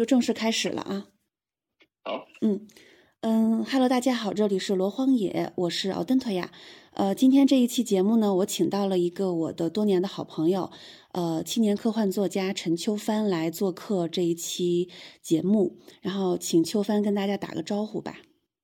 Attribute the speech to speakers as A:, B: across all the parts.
A: 就正式开始了啊。
B: 好。
A: Hello， 大家好，这里是罗荒野，我是敖登托亚。今天这一期节目呢，我请到了一个我的多年的好朋友，青年科幻作家陈秋帆来做客这一期节目，然后请秋帆跟大家打个招呼吧。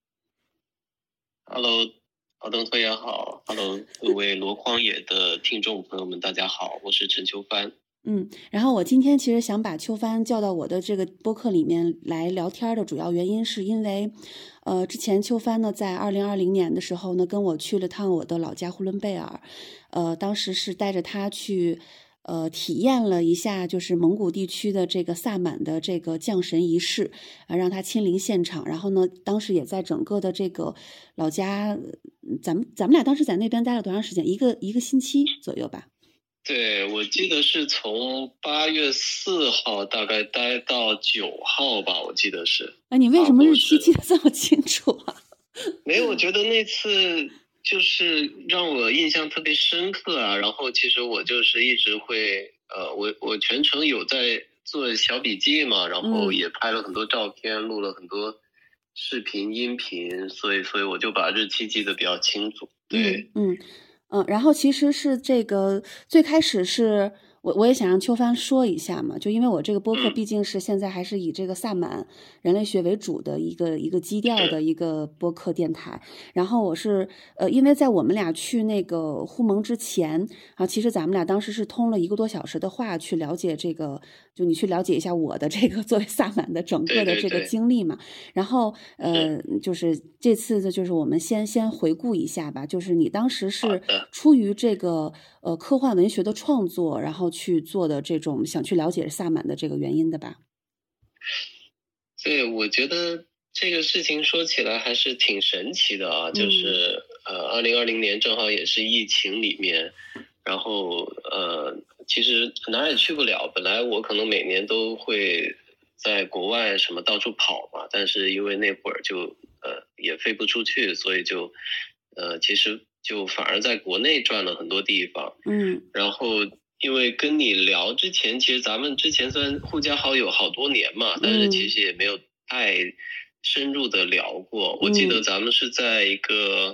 B: Hello， 敖登托亚好。Hello， 各位罗荒野的听众朋友们，大家好，我是陈秋帆。
A: 然后我今天其实想把秋帆叫到我的这个播客里面来聊天的主要原因是因为，之前秋帆呢在2020年的时候呢跟我去了趟我的老家呼伦贝尔，当时是带着他去，体验了一下就是蒙古地区的这个萨满的这个降神仪式，让他亲临现场。然后呢，当时也在整个的这个老家，咱们俩当时在那边待了多长时间？一个星期左右吧。
B: 对，我记得是从8月4号大概待到9号吧，我记得是。
A: 你为什么日期记得这么清楚啊？
B: 没有，我觉得那次就是让我印象特别深刻啊。然后其实我就是一直会，我全程有在做小笔记嘛，然后也拍了很多照片，录了很多视频、音频，所以我就把日期记得比较清楚。对。
A: 然后其实是这个最开始是我也想让秋帆说一下嘛，就因为我这个播客毕竟是现在还是以这个萨满人类学为主的一个基调的一个播客电台。然后我是因为在我们俩去那个呼蒙之前啊，其实咱们俩当时是通了1个多小时的话去了解这个，就你去了解一下我的这个作为萨满的整个的这个经历嘛。然后就是这次的就是我们先回顾一下吧，就是你当时是出于这个科幻文学的创作，然后去做的这种想去了解萨满的这个原因的吧？
B: 对，我觉得这个事情说起来还是挺神奇的啊。就是2020年正好也是疫情里面，然后其实哪也去不了，本来我可能每年都会在国外什么到处跑嘛，但是因为那会儿就也飞不出去，所以就其实就反而在国内转了很多地方。然后因为跟你聊之前，其实咱们之前虽然互加好友好多年嘛，但是其实也没有太深入的聊过。我记得咱们是在一个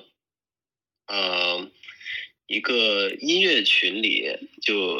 B: 音乐群里就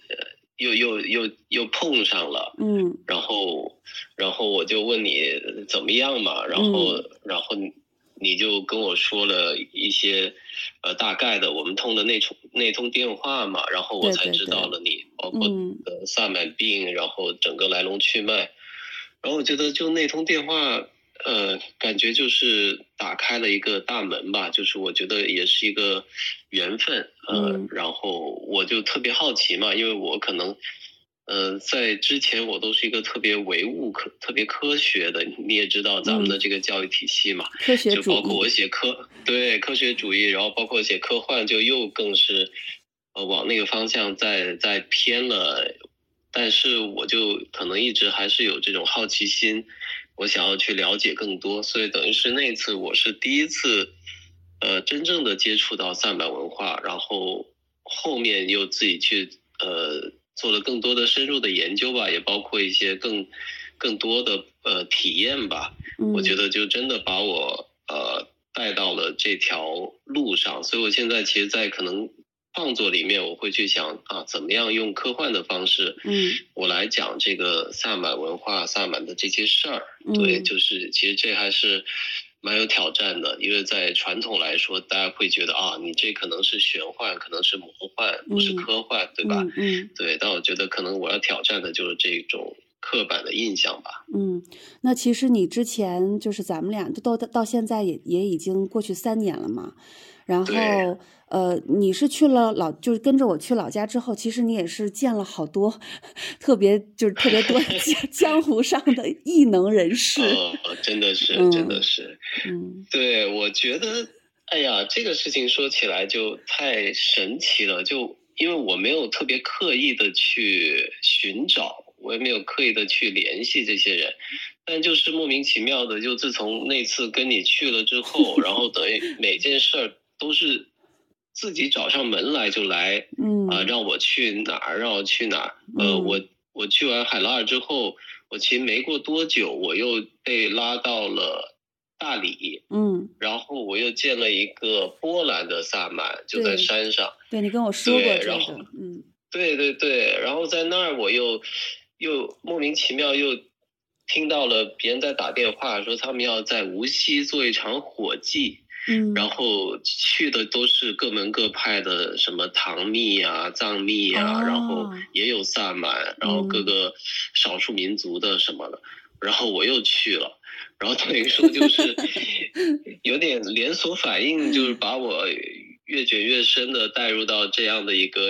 B: 又碰上了。然后我就问你怎么样嘛，然后你就跟我说了一些大概的，我们通的那通电话嘛，然后我才知道了你包括萨满病，然后整个来龙去脉。然后我觉得就那通电话感觉就是打开了一个大门吧，就是我觉得也是一个缘分。然后我就特别好奇嘛，因为我可能在之前我都是一个特别唯物特别科学的，你也知道咱们的这个教育体系嘛，
A: 科学主义，
B: 就包括我写科学主义，然后包括写科幻就又更是往那个方向再偏了。但是我就可能一直还是有这种好奇心，我想要去了解更多，所以等于是那次我是第一次真正的接触到萨满文化，然后后面又自己去做了更多的深入的研究吧，也包括一些更多的体验吧。我觉得就真的把我带到了这条路上，所以我现在其实在可能创作里面我会去想怎么样用科幻的方式我来讲这个萨满文化萨满的这些事儿。对，就是其实这还是蛮有挑战的，因为在传统来说大家会觉得你这可能是玄幻，可能是魔幻，不是科幻，对吧？对，但我觉得可能我要挑战的就是这种刻板的印象吧。
A: 那其实你之前就是咱们俩到现在也已经过去3年了嘛，然后你是去了就是跟着我去老家之后，其实你也是见了好多特别多江湖上的异能人士。
B: 真的是真的是。对，我觉得哎呀这个事情说起来就太神奇了，就因为我没有特别刻意的去寻找，我也没有刻意的去联系这些人，但就是莫名其妙的，就自从那次跟你去了之后，然后等于每件事儿都是自己找上门来就来，让我去哪儿，让我去哪儿。我去完海拉尔之后， 我其实没过多久，我又被拉到了大理，然后我又见了一个波兰的萨满，就在山上。
A: 对，你跟我说过这个，
B: 对对对，然后在那儿我又莫名其妙又听到了别人在打电话说他们要在无锡做一场火祭。然后去的都是各门各派的，什么唐密啊、藏密啊，然后也有萨满，然后各个少数民族的什么的，然后我又去了，然后等于说就是有点连锁反应，就是把我越卷越深的带入到这样的一个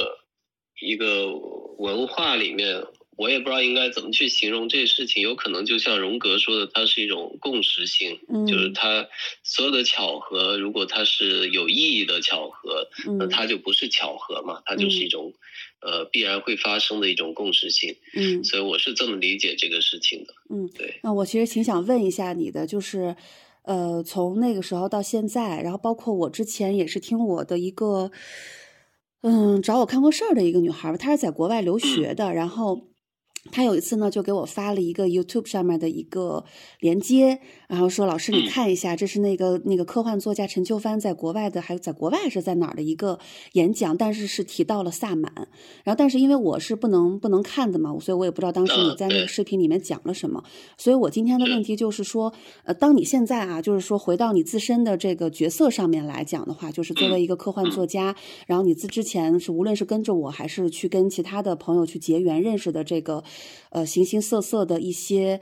B: 文化里面。我也不知道应该怎么去形容这个事情，有可能就像荣格说的，它是一种共识性，就是它所有的巧合，如果它是有意义的巧合，那它就不是巧合嘛，它就是一种必然会发生的一种共识性。所以我是这么理解这个事情的。对。
A: 那我其实挺想问一下你的，就是从那个时候到现在，然后包括我之前也是听我的一个找我看过事儿的一个女孩，她是在国外留学的，然后他有一次呢，就给我发了一个 YouTube 上面的一个连接，然后说老师你看一下，这是那个科幻作家陈秋帆在国外的，还有在国外是在哪儿的一个演讲，但是提到了萨满。然后但是因为我是不能看的嘛，所以我也不知道当时你在那个视频里面讲了什么。所以我今天的问题就是说，当你现在啊，就是说回到你自身的这个角色上面来讲的话，就是作为一个科幻作家，然后你之前是无论是跟着我还是去跟其他的朋友去结缘认识的这个形形色色的一些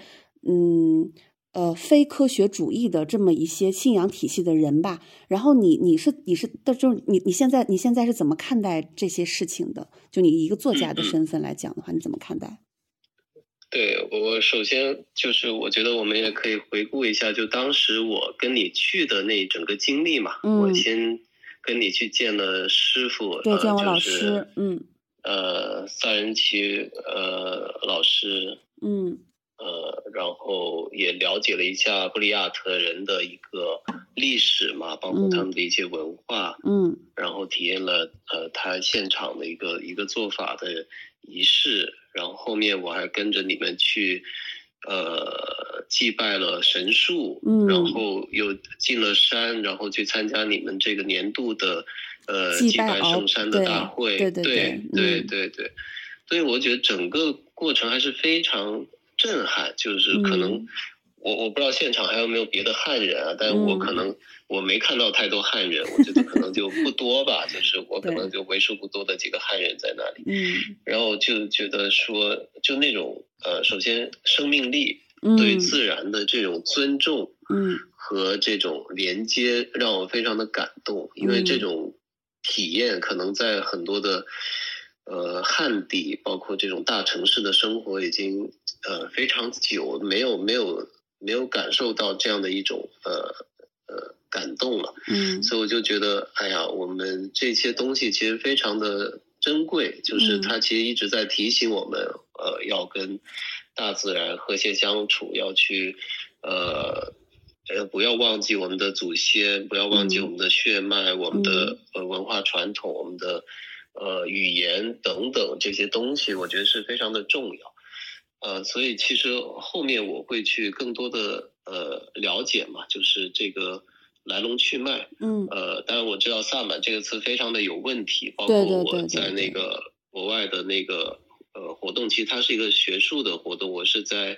A: 非科学主义的这么一些信仰体系的人吧，然后你是就是你现在是怎么看待这些事情的？就你一个作家的身份来讲的话，你怎么看待？
B: 对，我首先就是我觉得我们也可以回顾一下，就当时我跟你去的那整个经历嘛。我先跟你去见了师傅，
A: 对，见我老师，
B: 萨仁奇老师，然后也了解了一下布里亚特人的一个历史嘛，包括他们的一些文化，然后体验了他现场的一个做法的仪式，然后后面我还跟着你们去祭拜了神树，然后又进了山，然后去参加你们这个年度的祭拜圣山的大会。对，所以我觉得整个过程还是非常震撼，就是可能我不知道现场还有没有别的汉人啊，但我可能我没看到太多汉人，我觉得可能就不多吧，就是我可能就为数不多的几个汉人在那里。然后就觉得说，就那种首先生命力对自然的这种尊重，和这种连接让我非常的感动，因为这种体验可能在很多的汉地，包括这种大城市的生活已经非常久，没有感受到这样的一种感动了。所以我就觉得，哎呀，我们这些东西其实非常的珍贵，就是它其实一直在提醒我们，要跟大自然和谐相处，要去不要忘记我们的祖先，不要忘记我们的血脉，我们的文化传统，我们的语言等等这些东西，我觉得是非常的重要。所以其实后面我会去更多的了解嘛，就是这个来龙去脉。当然我知道萨满这个词非常的有问题，包括我在那个国外的那个活动，其实它是一个学术的活动，我是在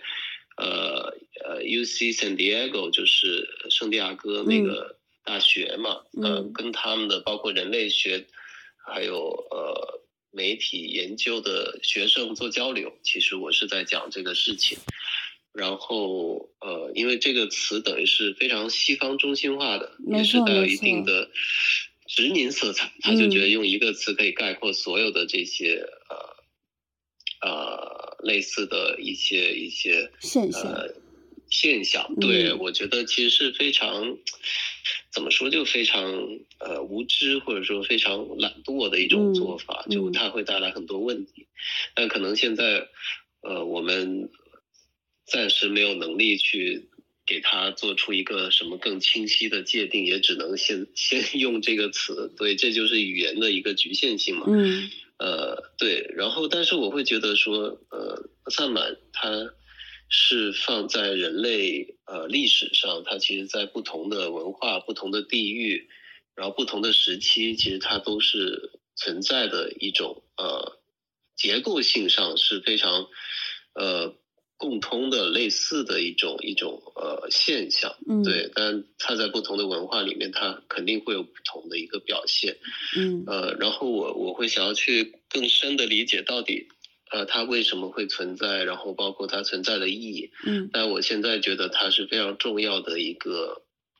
B: UC San Diego， 就是圣地亚哥那个大学嘛，跟他们的包括人类学还有媒体研究的学生做交流，其实我是在讲这个事情。然后因为这个词等于是非常西方中心化的，也是带有一定的殖民色彩，他就觉得用一个词可以概括所有的这些类似的一些现象。对，我觉得其实是非常怎么说，就非常无知或者说非常懒惰的一种做法，就它会带来很多问题。但可能现在我们暂时没有能力去给它做出一个什么更清晰的界定，也只能先用这个词。对，这就是语言的一个局限性嘛。对，然后但是我会觉得说萨满它是放在人类历史上，它其实在不同的文化、不同的地域，然后不同的时期，其实它都是存在的一种结构性上是非常共通的类似的一种现象。对，但它在不同的文化里面，它肯定会有不同的一个表现。然后我会想要去更深的理解到底它为什么会存在，然后包括它存在的意义。但我现在觉得它是非常重要的一个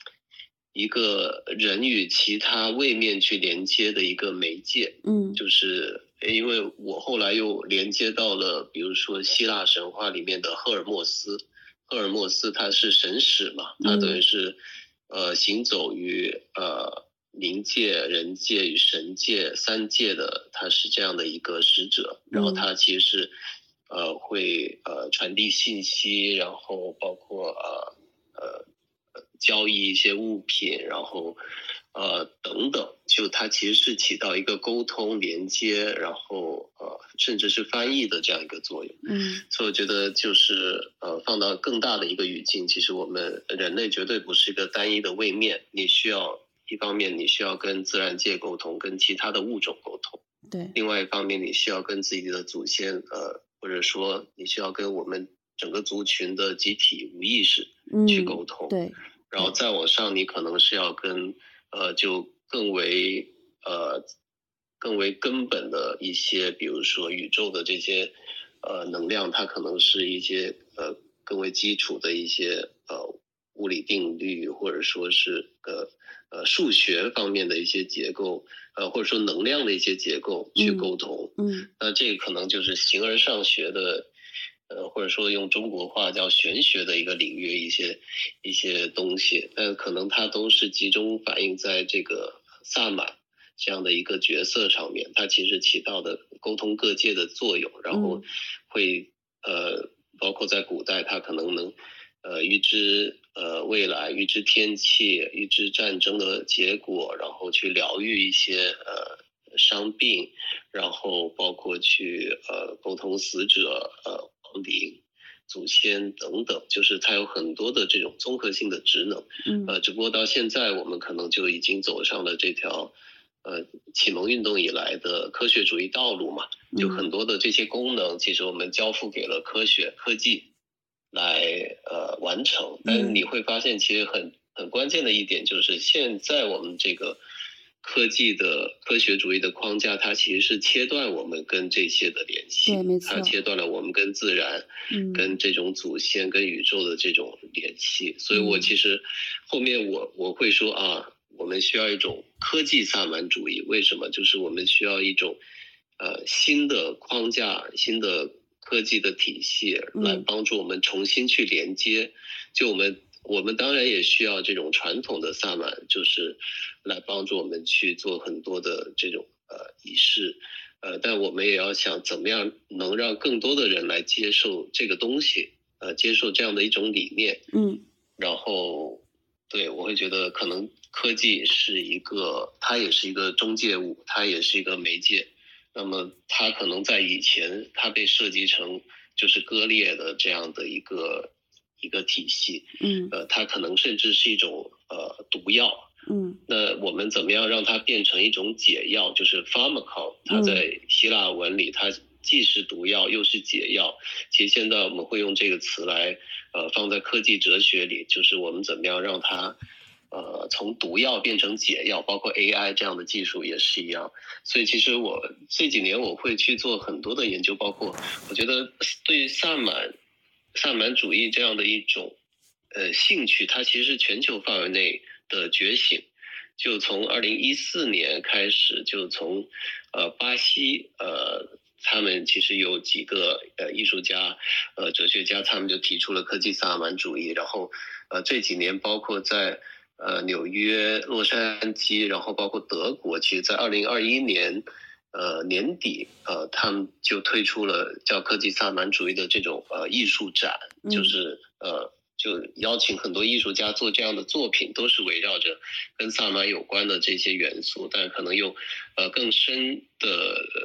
B: 人与其他位面去连接的一个媒介。就是因为我后来又连接到了比如说希腊神话里面的赫尔墨斯他是神使嘛，他等于是行走于灵界、人界与神界三界的，他是这样的一个使者。然后他其实是会传递信息，然后包括交易一些物品，然后等等，就它其实是起到一个沟通连接，然后甚至是翻译的这样一个作用。所以我觉得就是放到更大的一个语境，其实我们人类绝对不是一个单一的位面，你需要一方面你需要跟自然界沟通，跟其他的物种沟通，
A: 对，
B: 另外一方面你需要跟自己的祖先或者说你需要跟我们整个族群的集体无意识去沟通。
A: 对，
B: 然后再往上你可能是要跟就更为根本的一些比如说宇宙的这些能量，它可能是一些更为基础的一些物理定律，或者说是数学方面的一些结构，或者说能量的一些结构去沟通。那这个可能就是形而上学的或者说用中国话叫玄学的一个领域，一些东西，但可能它都是集中反映在这个萨满这样的一个角色上面，它其实起到的沟通各界的作用，然后会包括在古代它可能能预知未来，预知天气，预知战争的结果，然后去疗愈一些伤病，然后包括去沟通死者亡灵、祖先等等，就是它有很多的这种综合性的职能。只不过到现在我们可能就已经走上了这条启蒙运动以来的科学主义道路嘛，就很多的这些功能其实我们交付给了科技来完成。但是你会发现其实很关键的一点就是现在我们这个科学主义的框架，它其实是切断我们跟这些的联系。
A: 对，没错，
B: 它切断了我们跟自然跟这种祖先跟宇宙的这种联系。所以我其实后面我会说我们需要一种科技萨满主义。为什么？就是我们需要一种新的框架、新的科技的体系来帮助我们重新去连接。就我们当然也需要这种传统的萨满，就是来帮助我们去做很多的这种仪式，但我们也要想怎么样能让更多的人来接受这个东西，接受这样的一种理念。然后对，我会觉得可能科技是它也是一个中介物，它也是一个媒介。那么它可能在以前它被设计成就是割裂的这样的一个体系。它可能甚至是一种毒药。那我们怎么样让它变成一种解药，就是 pharmakon， 它在希腊文里它既是毒药又是解药。其实现在我们会用这个词来放在科技哲学里，就是我们怎么样让它从毒药变成解药，包括 AI 这样的技术也是一样。所以其实我这几年我会去做很多的研究，包括我觉得对于萨满主义这样的一种兴趣，它其实是全球范围内的觉醒。就从2014年开始，就从巴西他们其实有几个艺术家哲学家，他们就提出了科技萨满主义。然后这几年包括在纽约、洛杉矶，然后包括德国，其实在2021年年底他们就推出了叫科技萨满主义的这种艺术展。就是就邀请很多艺术家做这样的作品，都是围绕着跟萨满有关的这些元素，但可能用更深的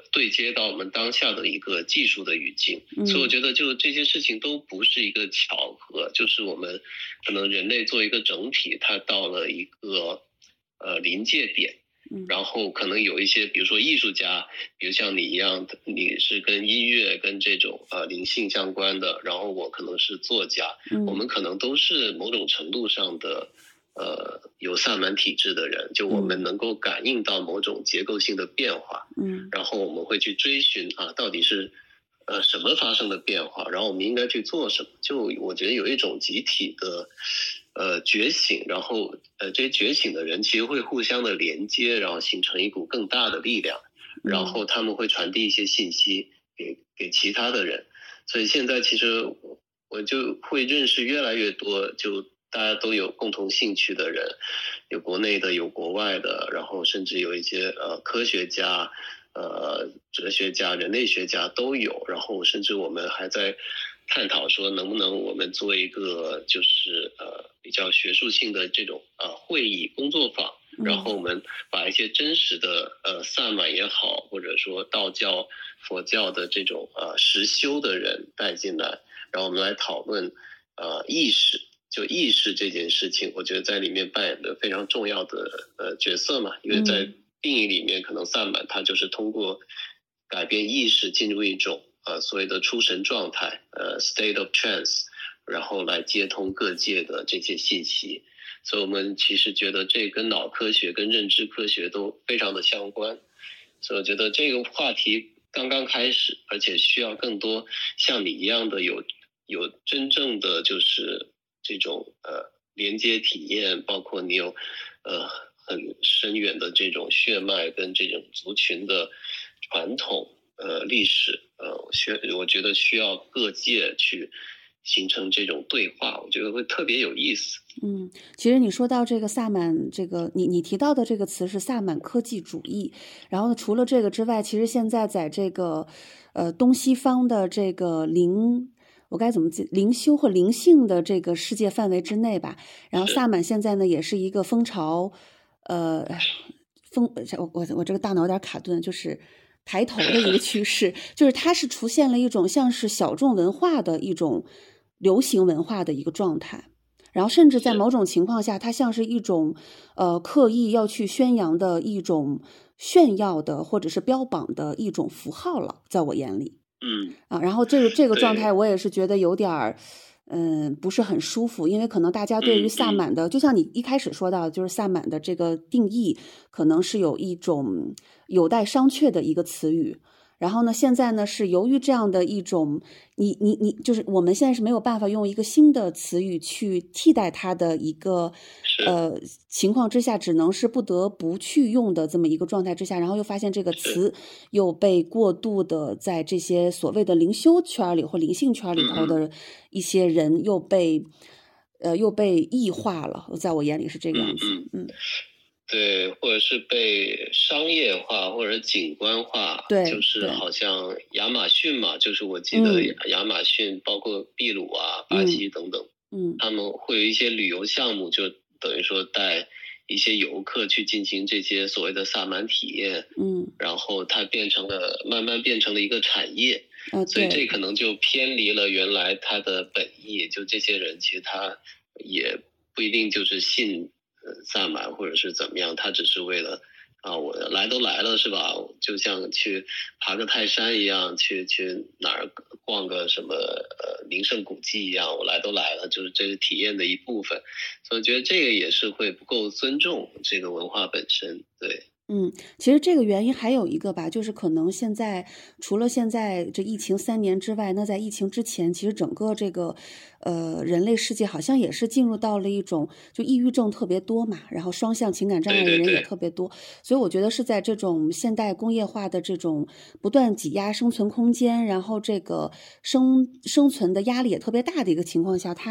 B: 对接到我们当下的一个技术的语境。所以我觉得就这些事情都不是一个巧合，就是我们可能人类做一个整体，它到了一个临界点。然后可能有一些比如说艺术家，比如像你一样，你是跟音乐跟这种灵性相关的，然后我可能是作家，我们可能都是某种程度上的有萨满体质的人，就我们能够感应到某种结构性的变化，然后我们会去追寻到底是什么发生的变化，然后我们应该去做什么。就我觉得有一种集体的觉醒，然后这些觉醒的人其实会互相的连接，然后形成一股更大的力量，然后他们会传递一些信息给其他的人。所以现在其实我就会认识越来越多，就大家都有共同兴趣的人，有国内的有国外的，然后甚至有一些科学家哲学家人类学家都有，然后甚至我们还在探讨说能不能我们做一个就是比较学术性的这种会议工作坊，然后我们把一些真实的萨满也好，或者说道教佛教的这种实修的人带进来，然后我们来讨论意识。就意识这件事情，我觉得在里面扮演的非常重要的角色嘛，因为在定义里面，可能萨满它就是通过改变意识进入一种所谓的出神状态state of trance， 然后来接通各界的这些信息。所以我们其实觉得这跟脑科学跟认知科学都非常的相关。所以我觉得这个话题刚刚开始，而且需要更多像你一样的有真正的就是这种连接体验，包括你有很深远的这种血脉跟这种族群的传统历史，我觉得需要各界去形成这种对话，我觉得会特别有意思。
A: 其实你说到这个萨满，这个你提到的这个词是萨满科技主义，然后呢，除了这个之外，其实现在在这个东西方的这个我该怎么讲灵修或灵性的这个世界范围之内吧，然后萨满现在呢也是一个风潮，我这个大脑有点卡顿，就是抬头的一个趋势，就是它是出现了一种像是小众文化的一种流行文化的一个状态，然后甚至在某种情况下，它像是一种刻意要去宣扬的一种炫耀的或者是标榜的一种符号了，在我眼里。然后这个状态我也是觉得有点儿不是很舒服，因为可能大家对于萨满的就像你一开始说到，就是萨满的这个定义可能是有一种有待商榷的一个词语。然后呢，现在呢是由于这样的一种，你就是我们现在是没有办法用一个新的词语去替代它的一个情况之下，只能是不得不去用的这么一个状态之下，然后又发现这个词又被过度的在这些所谓的灵修圈里或灵性圈里头的一些人又被异化了，在我眼里是这个样子。
B: 对，或者是被商业化或者景观化，
A: 对，
B: 就是好像亚马逊嘛，就是我记得亚马逊包括秘鲁啊、巴西等等，他们会有一些旅游项目，就等于说带一些游客去进行这些所谓的萨满体验，然后它慢慢变成了一个产业，所以这可能就偏离了原来它的本意，就这些人其实他也不一定就是信萨满或者是怎么样，他只是为了我来都来了是吧，就像去爬个泰山一样，去哪儿逛个什么名胜古迹一样，我来都来了，就是这是体验的一部分。所以我觉得这个也是会不够尊重这个文化本身。对，
A: 其实这个原因还有一个吧，就是可能现在除了现在这疫情3年之外，那在疫情之前，其实整个这个人类世界好像也是进入到了一种就抑郁症特别多嘛，然后双向情感障碍的人也特别多，所以我觉得是在这种现代工业化的这种不断挤压生存空间，然后这个生存的压力也特别大的一个情况下，它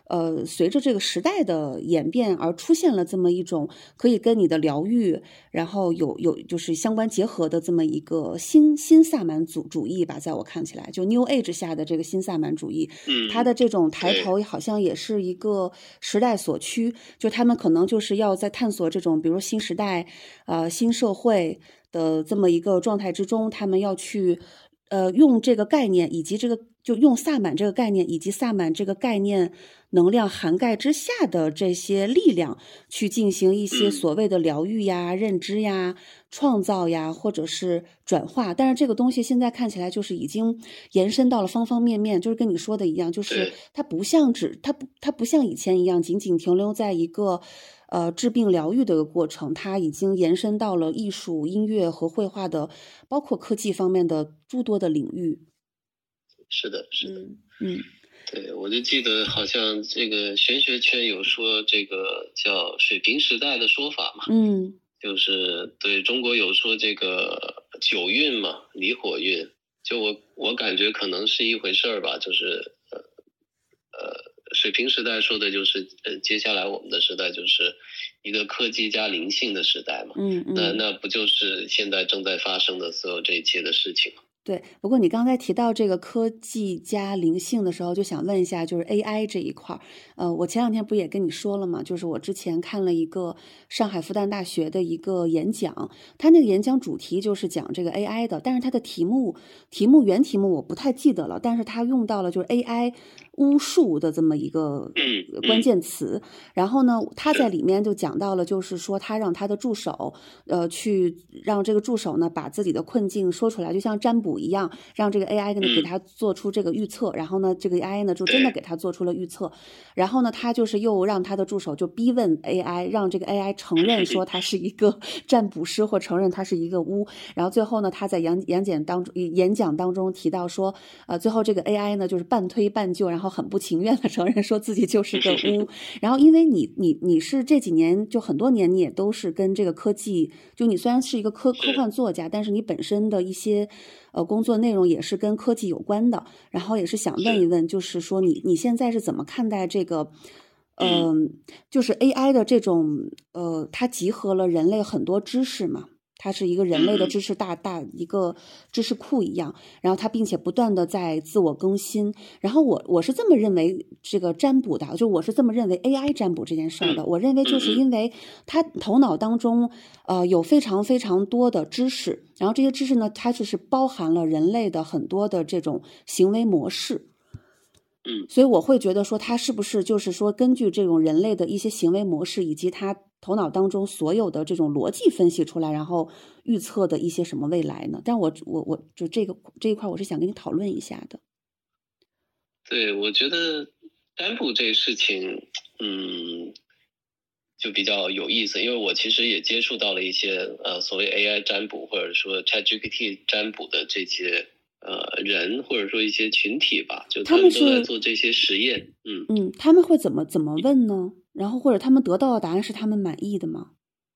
A: 随着这个时代的演变而出现了这么一种可以跟你的疗愈，然后有就是相关结合的这么一个新萨满主义吧，在我看起来，就 New Age 下的这个新萨满主义，它的这种抬头好像也是一个时代所趋，就他们可能就是要在探索这种，比如新时代，新社会的这么一个状态之中，他们要去用这个概念以及这个就用萨满这个概念以及萨满这个概念能量涵盖之下的这些力量去进行一些所谓的疗愈呀、认知呀、创造呀，或者是转化。但是这个东西现在看起来就是已经延伸到了方方面面，就是跟你说的一样，就是它不像它不像以前一样仅仅停留在一个治病疗愈的一个过程，它已经延伸到了艺术、音乐和绘画的，包括科技方面的诸多的领域。
B: 是的，对，我就记得好像这个玄学圈有说这个叫水平时代的说法嘛，就是对中国有说这个九运嘛，离火运，就我感觉可能是一回事儿吧，就是水平时代说的就是接下来我们的时代就是一个科技加灵性的时代嘛，那不就是现在正在发生的所有这一切的事情吗？
A: 对，不过你刚才提到这个科技加灵性的时候，就想问一下，就是 AI 这一块我前两天不也跟你说了吗？就是我之前看了一个上海复旦大学的一个演讲，他那个演讲主题就是讲这个 AI 的，但是他的原题目我不太记得了，但是他用到了就是 AI 巫术的这么一个关键词，然后呢，他在里面就讲到了，就是说他让他的助手去让这个助手呢把自己的困境说出来，就像占卜一样，让这个 AI 给他做出这个预测，然后呢，这个 AI 呢就真的给他做出了预测，然后呢，他就是又让他的助手就逼问 AI， 让这个 AI 承认说他是一个占卜师或承认他是一个巫，然后最后呢，他在演讲当中提到说，最后这个 AI 呢就是半推半就，然后很不情愿的承认说自己就是个巫，然后因为你是这几年就很多年你也都是跟这个科技，就你虽然是一个科幻作家，但是你本身的一些工作内容也是跟科技有关的，然后也是想问一问，就是说你现在是怎么看待这个就是 AI 的这种它集合了人类很多知识嘛，它是一个人类的知识大一个知识库一样，然后它并且不断的在自我更新，然后我是这么认为这个占卜的，就我是这么认为 AI 占卜这件事的，我认为就是因为它头脑当中有非常非常多的知识，然后这些知识呢，它就是包含了人类的很多的这种行为模式。所以我会觉得说，他是不是就是说，根据这种人类的一些行为模式，以及他头脑当中所有的这种逻辑分析出来，然后预测的一些什么未来呢？但我就这一块，我是想跟你讨论一下的。
B: 对，我觉得占卜这个事情，就比较有意思，因为我其实也接触到了一些所谓 AI 占卜或者说 ChatGPT 占卜的这些人或者说一些群体吧，就他们都在做这些实验。
A: 他们会怎么问呢？然后或者他们得到的答案是他们满意的吗？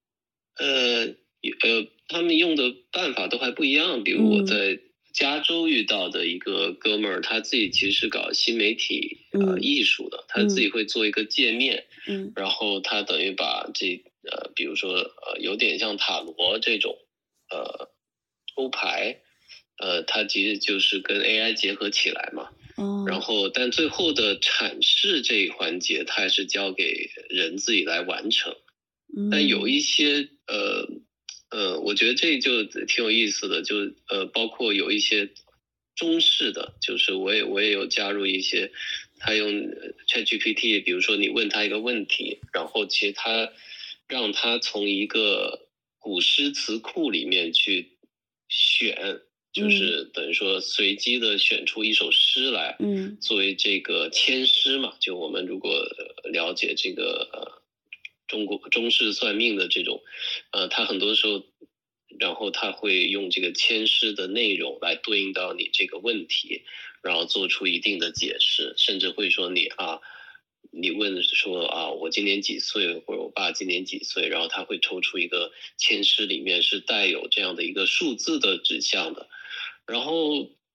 B: 他们用的办法都还不一样。比如我在加州遇到的一个哥们儿，他自己其实是搞新媒体艺术的，他自己会做一个界面，然后他等于把比如说有点像塔罗这种抽牌。它其实就是跟 AI 结合起来嘛，然后但最后的阐释这一环节，它还是交给人自己来完成。但有一些我觉得这就挺有意思的，就包括有一些中式的，就是我也有加入一些，他用 ChatGPT， 比如说你问他一个问题，然后其实他让他从一个古诗词库里面去选。就是等于说随机的选出一首诗来，作为这个签诗嘛。就我们如果了解这个中式算命的这种，他很多时候，然后他会用这个签诗的内容来对应到你这个问题，然后做出一定的解释，甚至会说你问说我今年几岁，或者我爸今年几岁，然后他会抽出一个签诗，里面是带有这样的一个数字的指向的。然后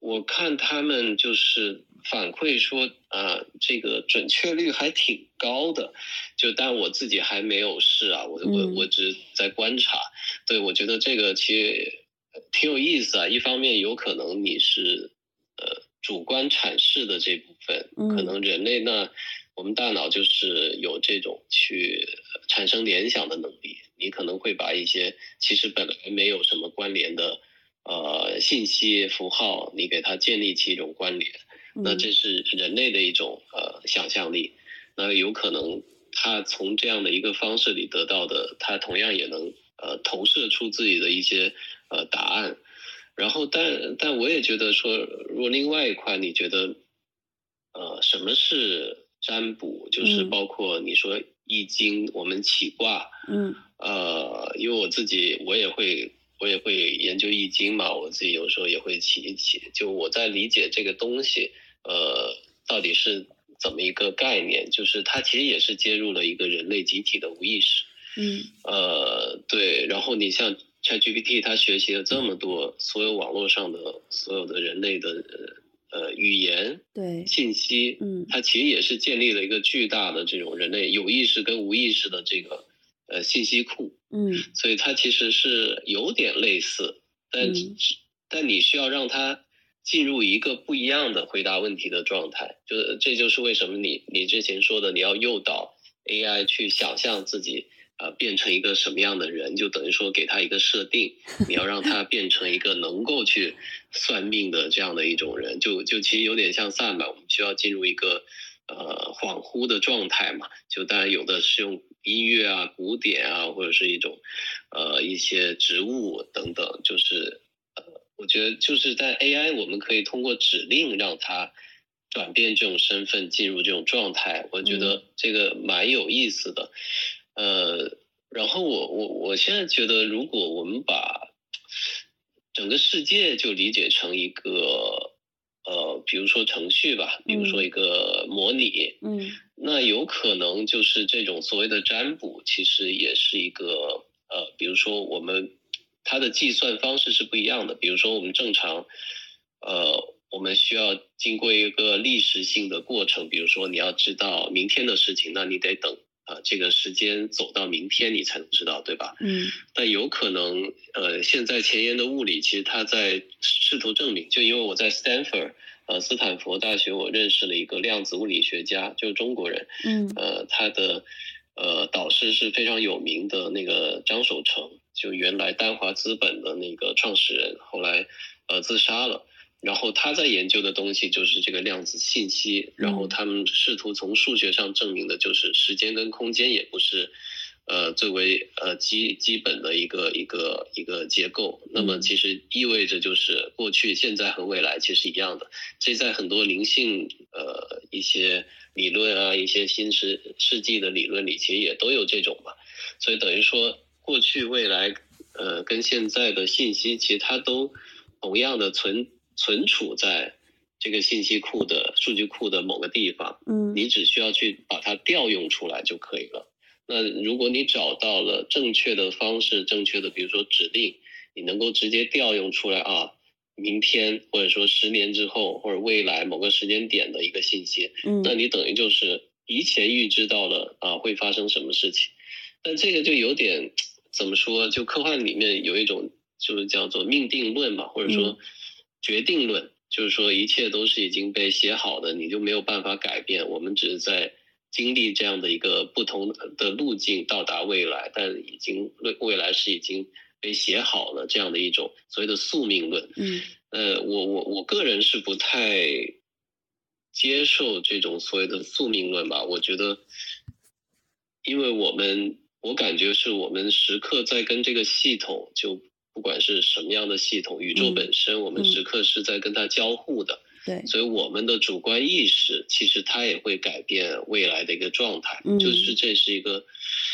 B: 我看他们就是反馈说这个准确率还挺高的，但我自己还没有试啊，我只是在观察。对，我觉得这个其实挺有意思啊。一方面有可能你是主观阐释的这部分，可能人类呢，我们大脑就是有这种去产生联想的能力，你可能会把一些其实本来没有什么关联的信息符号，你给它建立起一种关联，那这是人类的一种想象力。那有可能他从这样的一个方式里得到的，他同样也能投射出自己的一些答案。然后但我也觉得说，如果另外一块你觉得什么是占卜，就是包括你说易经，我们起卦，因为我也会研究易经嘛，我自己有时候也会起一起，就我在理解这个东西到底是怎么一个概念，就是它其实也是接入了一个人类集体的无意识。对，然后你像 ChatGPT 它学习了这么多所有网络上的所有的人类的语言
A: 对
B: 信息，它其实也是建立了一个巨大的这种人类有意识跟无意识的这个信息库。所以它其实是有点类似，但你需要让它进入一个不一样的回答问题的状态，这就是为什么你之前说的你要诱导 AI 去想象自己变成一个什么样的人，就等于说给他一个设定，你要让他变成一个能够去算命的这样的一种人，就其实有点像萨满，我们需要进入一个恍惚的状态嘛，就当然有的是用音乐啊、古典啊，或者是一种一些植物等等，就是我觉得就是在 AI 我们可以通过指令让它转变这种身份，进入这种状态，我觉得这个蛮有意思的。然后我现在觉得，如果我们把整个世界就理解成一个比如说程序吧，比如说一个模拟，那有可能就是这种所谓的占卜，其实也是一个比如说它的计算方式是不一样的。比如说我们正常我们需要经过一个历史性的过程，比如说你要知道明天的事情，那你得等这个时间走到明天你才能知道，对吧？但有可能现在前沿的物理其实它在试图证明，就因为我在斯坦福大学我认识了一个量子物理学家，就是中国人，他的导师是非常有名的那个张守成，就原来丹华资本的那个创始人，后来自杀了。然后他在研究的东西就是这个量子信息，然后他们试图从数学上证明的就是时间跟空间也不是最为基本的一个结构。那么其实意味着就是过去、现在和未来其实一样的。这在很多灵性一些理论啊，一些新世纪的理论里其实也都有这种嘛。所以等于说过去、未来跟现在的信息其实它都同样的存储在这个信息库的数据库的某个地方，你只需要去把它调用出来就可以了。那如果你找到了正确的方式，正确的比如说指令，你能够直接调用出来明天或者说10年之后或者未来某个时间点的一个信息，那你等于就是提前预知到了会发生什么事情。但这个就有点怎么说，就科幻里面有一种就是叫做命定论嘛，或者说决定论，就是说一切都是已经被写好的，你就没有办法改变，我们只是在经历这样的一个不同的路径到达未来，但未来是已经被写好了，这样的一种所谓的宿命论。我个人是不太接受这种所谓的宿命论吧。我觉得因为我感觉是我们时刻在跟这个系统，就不管是什么样的系统，宇宙本身我们时刻是在跟它交互的。
A: 对，
B: 所以我们的主观意识其实它也会改变未来的一个状态。就是这是一个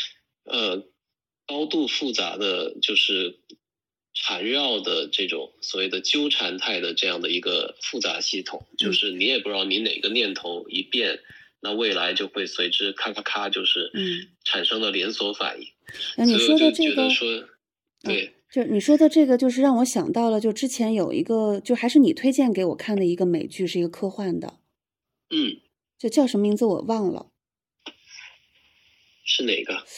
B: 高度复杂的，就是缠绕的这种所谓的纠缠态的这样的一个复杂系统。就是你也不知道你哪个念头一变，那未来就会随之咔咔咔就是产生了连锁反应。
A: 你说的这个
B: 所以我就觉得说对，
A: 就你说的这个，就是让我想到了，就之前有一个，就还是你推荐给我看的一个美剧，是一个科幻的，就叫什么名字我忘了。
B: 是哪个？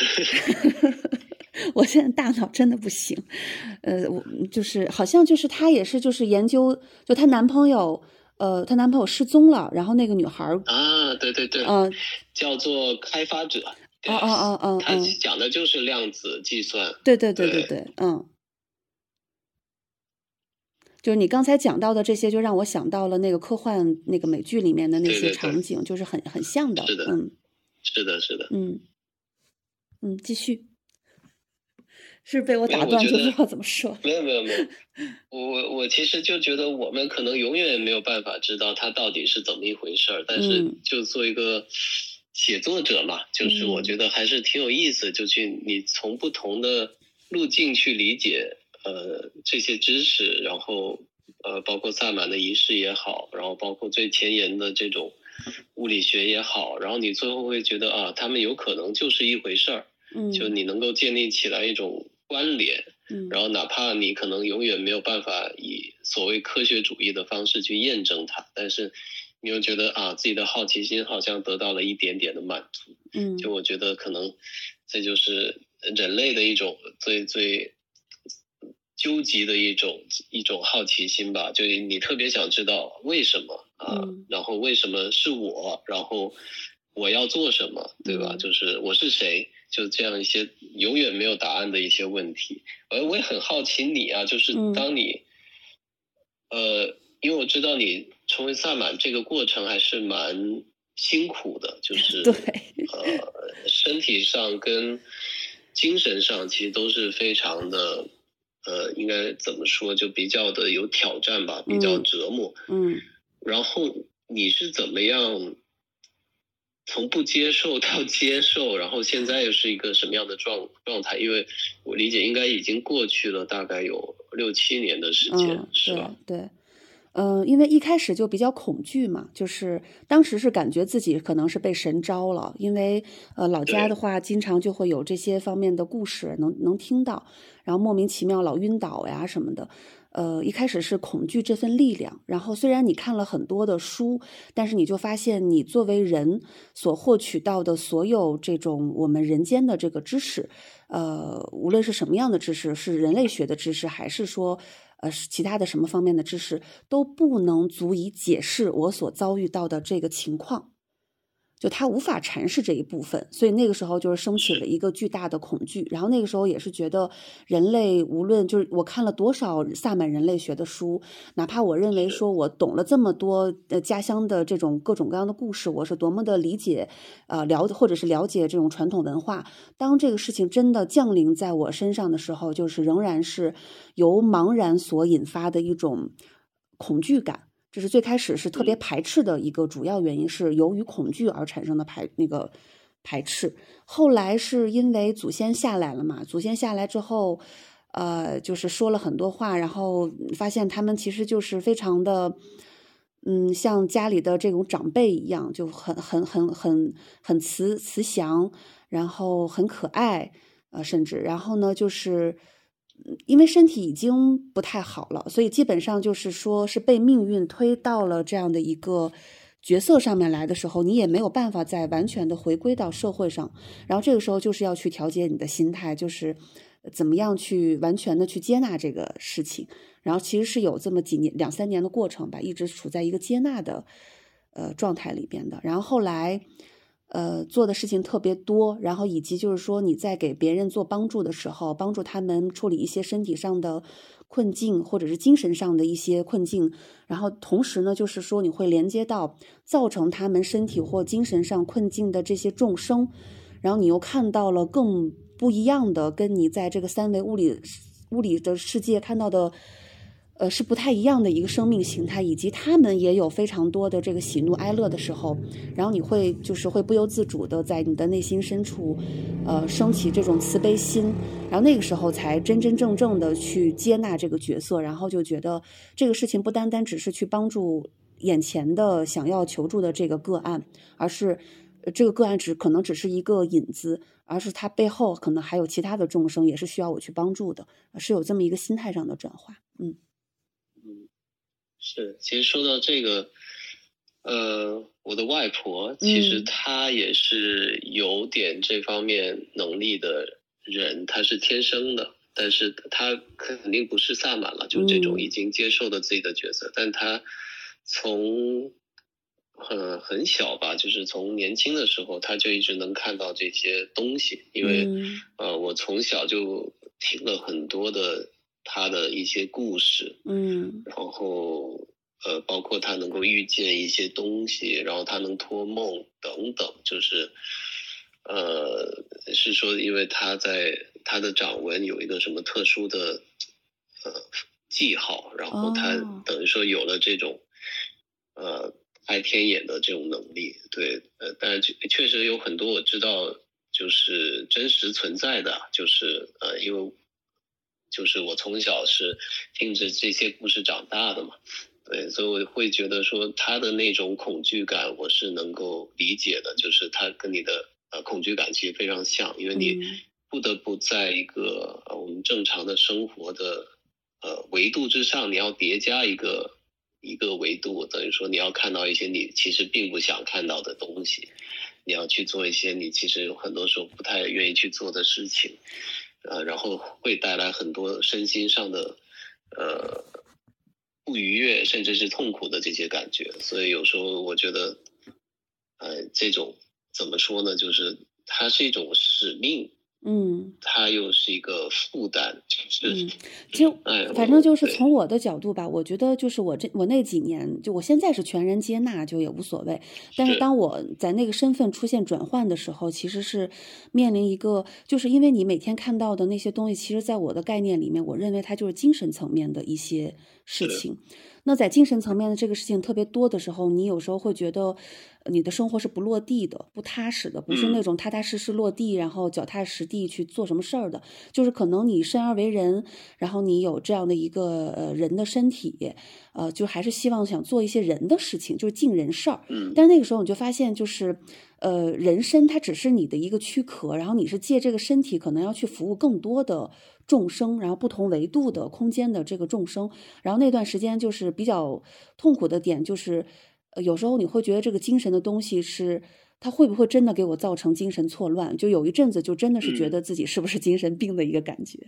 A: 我现在大脑真的不行。我就是好像就是她也是就是研究，就她男朋友失踪了，然后那个女孩
B: 啊，对对对，叫做开发者。他讲的就是量子计算。
A: 对，就是你刚才讲到的这些，就让我想到了那个科幻那个美剧里面的那些场景，
B: 对，
A: 就是很像的。
B: 是的。
A: 继续。是被我打断就不知道怎么说。
B: 没有，我其实就觉得我们可能永远没有办法知道它到底是怎么一回事，但是就做一个写作者嘛，就是我觉得还是挺有意思，就你从不同的路径去理解这些知识，然后包括萨满的仪式也好，然后包括最前沿的这种物理学也好，然后你最后会觉得啊，他们有可能就是一回事儿，就你能够建立起来一种关联，然后哪怕你可能永远没有办法以所谓科学主义的方式去验证它，但是你又觉得啊，自己的好奇心好像得到了一点点的满足。就我觉得可能这就是人类的一种最究极的一种好奇心吧，就你特别想知道为什么然后为什么是我，然后我要做什么，对吧？就是我是谁，就这样一些永远没有答案的一些问题。我也很好奇你啊，就是当你因为我知道你成为萨满这个过程还是蛮辛苦的，就是
A: 对
B: 身体上跟精神上其实都是非常的应该怎么说，就比较的有挑战吧，比较折磨。然后你是怎么样从不接受到接受，然后现在又是一个什么样的状态？因为我理解应该已经过去了大概有6-7年的时间，是吧？
A: 对。因为一开始就比较恐惧嘛，就是当时是感觉自己可能是被神招了，因为老家的话经常就会有这些方面的故事能听到，然后莫名其妙老晕倒呀什么的。一开始是恐惧这份力量，然后虽然你看了很多的书，但是你就发现你作为人所获取到的所有这种我们人间的这个知识，无论是什么样的知识，是人类学的知识，还是说其他的什么方面的知识，都不能足以解释我所遭遇到的这个情况。就它无法阐释这一部分，所以那个时候就是升起了一个巨大的恐惧。然后那个时候也是觉得人类无论就是我看了多少萨满人类学的书，哪怕我认为说我懂了这么多家乡的这种各种各样的故事，我是多么的理解或者是了解这种传统文化，当这个事情真的降临在我身上的时候，就是仍然是由茫然所引发的一种恐惧感。这是最开始是特别排斥的一个主要原因，是由于恐惧而产生的排斥。后来是因为祖先下来了嘛，祖先下来之后，就是说了很多话，然后发现他们其实就是非常的，像家里的这种长辈一样，就很慈祥，然后很可爱，甚至然后呢就是。因为身体已经不太好了，所以基本上就是说是被命运推到了这样的一个角色上面来的时候，你也没有办法再完全的回归到社会上。然后这个时候就是要去调节你的心态，就是怎么样去完全的去接纳这个事情。然后其实是有这么2-3年的过程吧，一直处在一个接纳的状态里边的。然后后来做的事情特别多，然后以及就是说你在给别人做帮助的时候，帮助他们处理一些身体上的困境或者是精神上的一些困境，然后同时呢就是说你会连接到造成他们身体或精神上困境的这些众生，然后你又看到了更不一样的，跟你在这个3维物理的世界看到的是不太一样的一个生命形态，以及他们也有非常多的这个喜怒哀乐的时候，然后你会不由自主的在你的内心深处升起这种慈悲心，然后那个时候才真真正正的去接纳这个角色，然后就觉得这个事情不单单只是去帮助眼前的想要求助的这个个案，而是这个个案可能只是一个引子， 而是它背后可能还有其他的众生也是需要我去帮助的，是有这么一个心态上的转化。
B: 是，其实说到这个，我的外婆其实她也是有点这方面能力的人，她是天生的，但是她肯定不是萨满了，就这种已经接受了自己的角色，但她从很小吧，就是从年轻的时候，她就一直能看到这些东西，因为我从小就听了很多的她的一些故事，然后包括他能够预见一些东西，然后他能托梦等等，就是是说因为他在他的掌纹有一个什么特殊的记号，然后他等于说有了这种开天眼的这种能力。对，但是确实有很多我知道就是真实存在的，就是因为就是我从小是听着这些故事长大的嘛。对，所以我会觉得说他的那种恐惧感我是能够理解的，就是他跟你的恐惧感其实非常像，因为你不得不在一个我们正常的生活的维度之上，你要叠加一个维度，等于说你要看到一些你其实并不想看到的东西，你要去做一些你其实很多时候不太愿意去做的事情，然后会带来很多身心上的不愉悦甚至是痛苦的这些感觉。所以有时候我觉得这种怎么说呢，就是它是一种使命，它又是一个负担，就是
A: 其实反正就是从我的角度吧，我觉得就是我那几年，就我现在是全然接纳，就也无所谓。但是当我在那个身份出现转换的时候，其实是面临一个，就是因为你每天看到的那些东西，其实在我的概念里面，我认为它就是精神层面的一些事情。那在精神层面的这个事情特别多的时候，你有时候会觉得你的生活是不落地的，不踏实的，不是那种踏踏实实落地，然后脚踏实地去做什么事儿的。就是可能你生而为人，然后你有这样的一个人的身体，就还是希望想做一些人的事情，就是尽人事儿。但是那个时候你就发现，就是人身它只是你的一个躯壳，然后你是借这个身体可能要去服务更多的众生，然后不同维度的空间的这个众生。然后那段时间就是比较痛苦的点，就是有时候你会觉得这个精神的东西是它会不会真的给我造成精神错乱，就有一阵子就真的是觉得自己是不是精神病的一个感觉。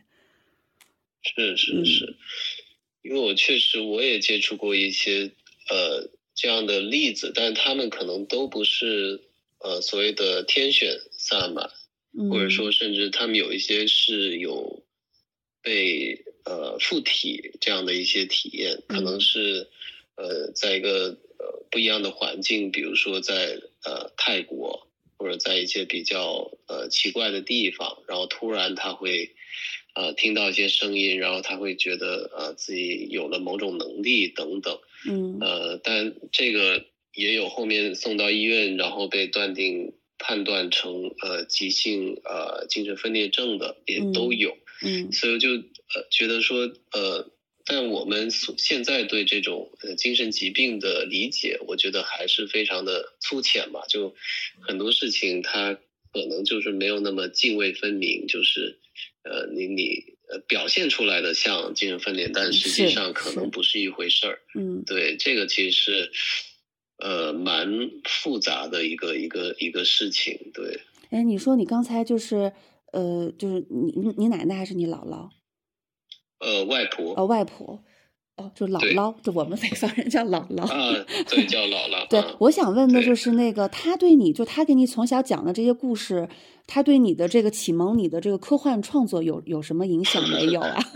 B: 是，因为我确实我也接触过一些这样的例子，但他们可能都不是所谓的天选萨满，或者说甚至他们有一些是有被附体这样的一些体验，可能是在一个不一样的环境，比如说在泰国或者在一些比较奇怪的地方，然后突然他会听到一些声音，然后他会觉得自己有了某种能力等等，但这个也有后面送到医院，然后被判断成急性精神分裂症的也都有，所以就觉得说但我们现在对这种精神疾病的理解，我觉得还是非常的粗浅吧，就很多事情它可能就是没有那么泾渭分明，就是你表现出来的像精神分裂，但实际上可能不是一回事儿。对，这个其实是蛮复杂的一个事情。对。
A: 哎，你说你刚才就是就是你奶奶还是你姥姥？
B: 外婆。
A: 外婆。就姥姥，就我们北方人叫姥姥。
B: 对，叫姥姥。
A: 对，我想问的就是那个，他对你，就他给你从小讲的这些故事，他对你的这个启蒙，你的这个科幻创作有什么影响没有啊？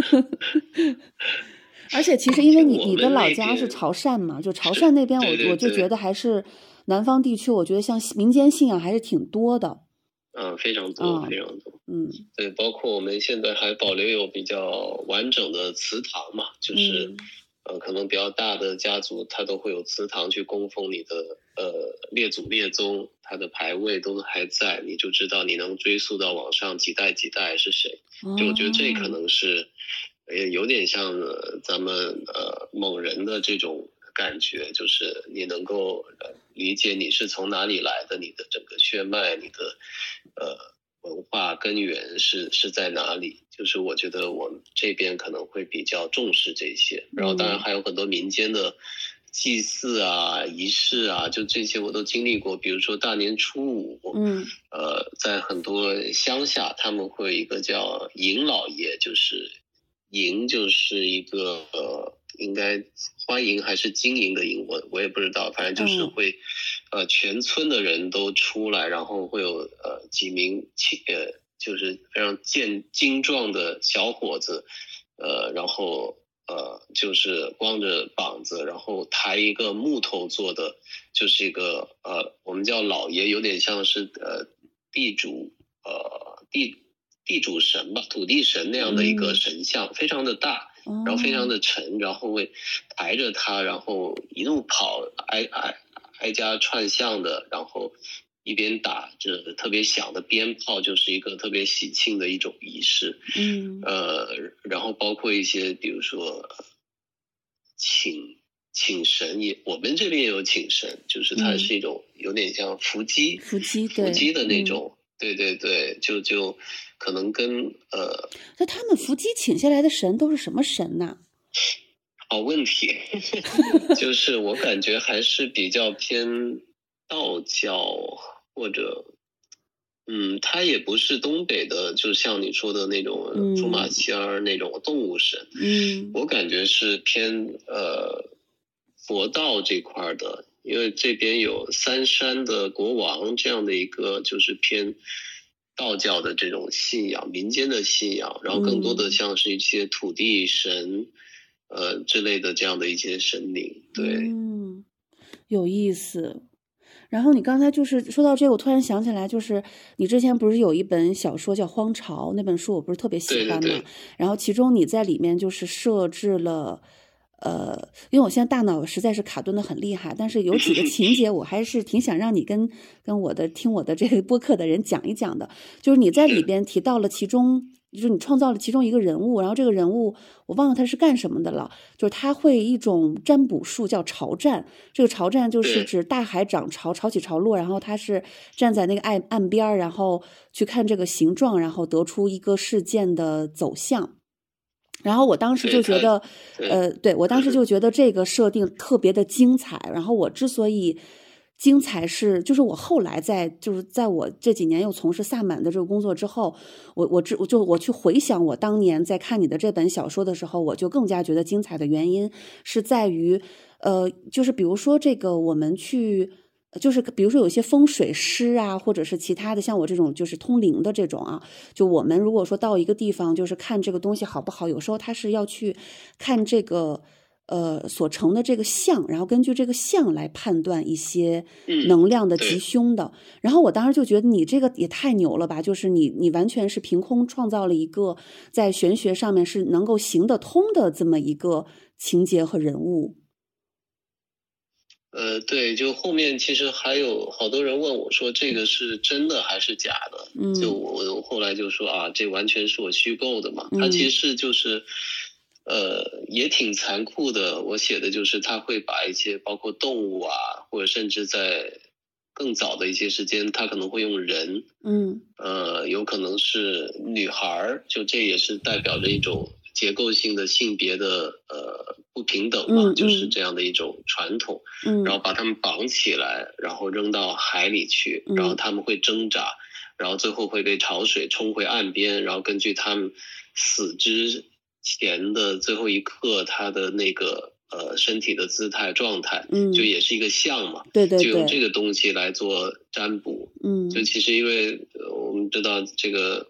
A: 而且其实因为你的老家是潮汕嘛，就潮汕那边我就觉得还是南方地区，我觉得像民间信仰还是挺多的。
B: 非常多，非常多。对，包括我们现在还保留有比较完整的祠堂嘛，就是可能比较大的家族，它都会有祠堂去供奉你的列祖列宗，它的牌位都还在，你就知道你能追溯到往上几代是谁。就我觉得这可能是有点像咱们蒙人的这种感觉，就是你能够理解你是从哪里来的，你的整个血脉，你的文化根源是在哪里，就是我觉得我们这边可能会比较重视这些，然后当然还有很多民间的祭祀啊、仪式啊，就这些我都经历过。比如说大年初五，在很多乡下，他们会有一个叫迎老爷，就是迎就是一个应该欢迎还是经营的迎，我也不知道，反正就是会全村的人都出来，然后会有几名就是非常精壮的小伙子，然后就是光着膀子，然后抬一个木头做的，就是一个我们叫老爷，有点像是地主神吧，土地神那样的一个神像，非常的大，然后非常的沉，然后会抬着他，然后一路跑，挨家串巷的，然后一边打着特别响的鞭炮，就是一个特别喜庆的一种仪式。然后包括一些比如说请神我们这边也有请神，就是它是一种有点像伏击的那种。对，就可能跟
A: 那他们伏击请下来的神都是什么神呢？
B: 好问题。就是我感觉还是比较偏道教，或者它也不是东北的，就像你说的那种朱马仙儿那种动物神。我感觉是偏佛道这块的，因为这边有三山的国王这样的一个就是偏道教的这种信仰，民间的信仰，然后更多的像是一些土地神之类的这样的一些神灵。对，
A: 有意思。然后你刚才就是说到这个，我突然想起来，就是你之前不是有一本小说叫《荒潮》，那本书我不是特别喜欢嘛？
B: 对。
A: 然后其中你在里面就是设置了，因为我现在大脑实在是卡顿的很厉害，但是有几个情节我还是挺想让你跟听我的这个播客的人讲一讲的。就是你在里边提到了其中，就是你创造了其中一个人物，然后这个人物我忘了他是干什么的了，就是他会一种占卜术叫潮占，这个潮占就是指大海涨潮，潮起潮落，然后他是站在那个岸边，然后去看这个形状，然后得出一个事件的走向。然后我当时就觉得我当时就觉得这个设定特别的精彩。然后我之所以精彩就是我后来在我这几年又从事萨满的这个工作之后，我去回想我当年在看你的这本小说的时候，我就更加觉得精彩的原因是在于就是比如说这个我们去就是比如说有些风水师啊，或者是其他的像我这种就是通灵的这种啊，就我们如果说到一个地方就是看这个东西好不好，有时候他是要去看这个所成的这个象，然后根据这个象来判断一些能量的吉凶的。然后我当时就觉得你这个也太牛了吧，就是你完全是凭空创造了一个在玄学上面是能够行得通的这么一个情节和人物。
B: 对，就后面其实还有好多人问我说这个是真的还是假的，就我后来就说啊，这完全是我虚构的嘛。它其实就是也挺残酷的。我写的就是他会把一些包括动物啊，或者甚至在更早的一些时间，他可能会用人，有可能是女孩，就这也是代表着一种结构性的性别的不平等嘛，就是这样的一种传统。然后把他们绑起来，然后扔到海里去，然后他们会挣扎，然后最后会被潮水冲回岸边，然后根据他们死之前的最后一刻，他的那个身体的姿态状态，就也是一个像嘛，
A: 对，就
B: 用这个东西来做占卜。就其实因为我们知道这个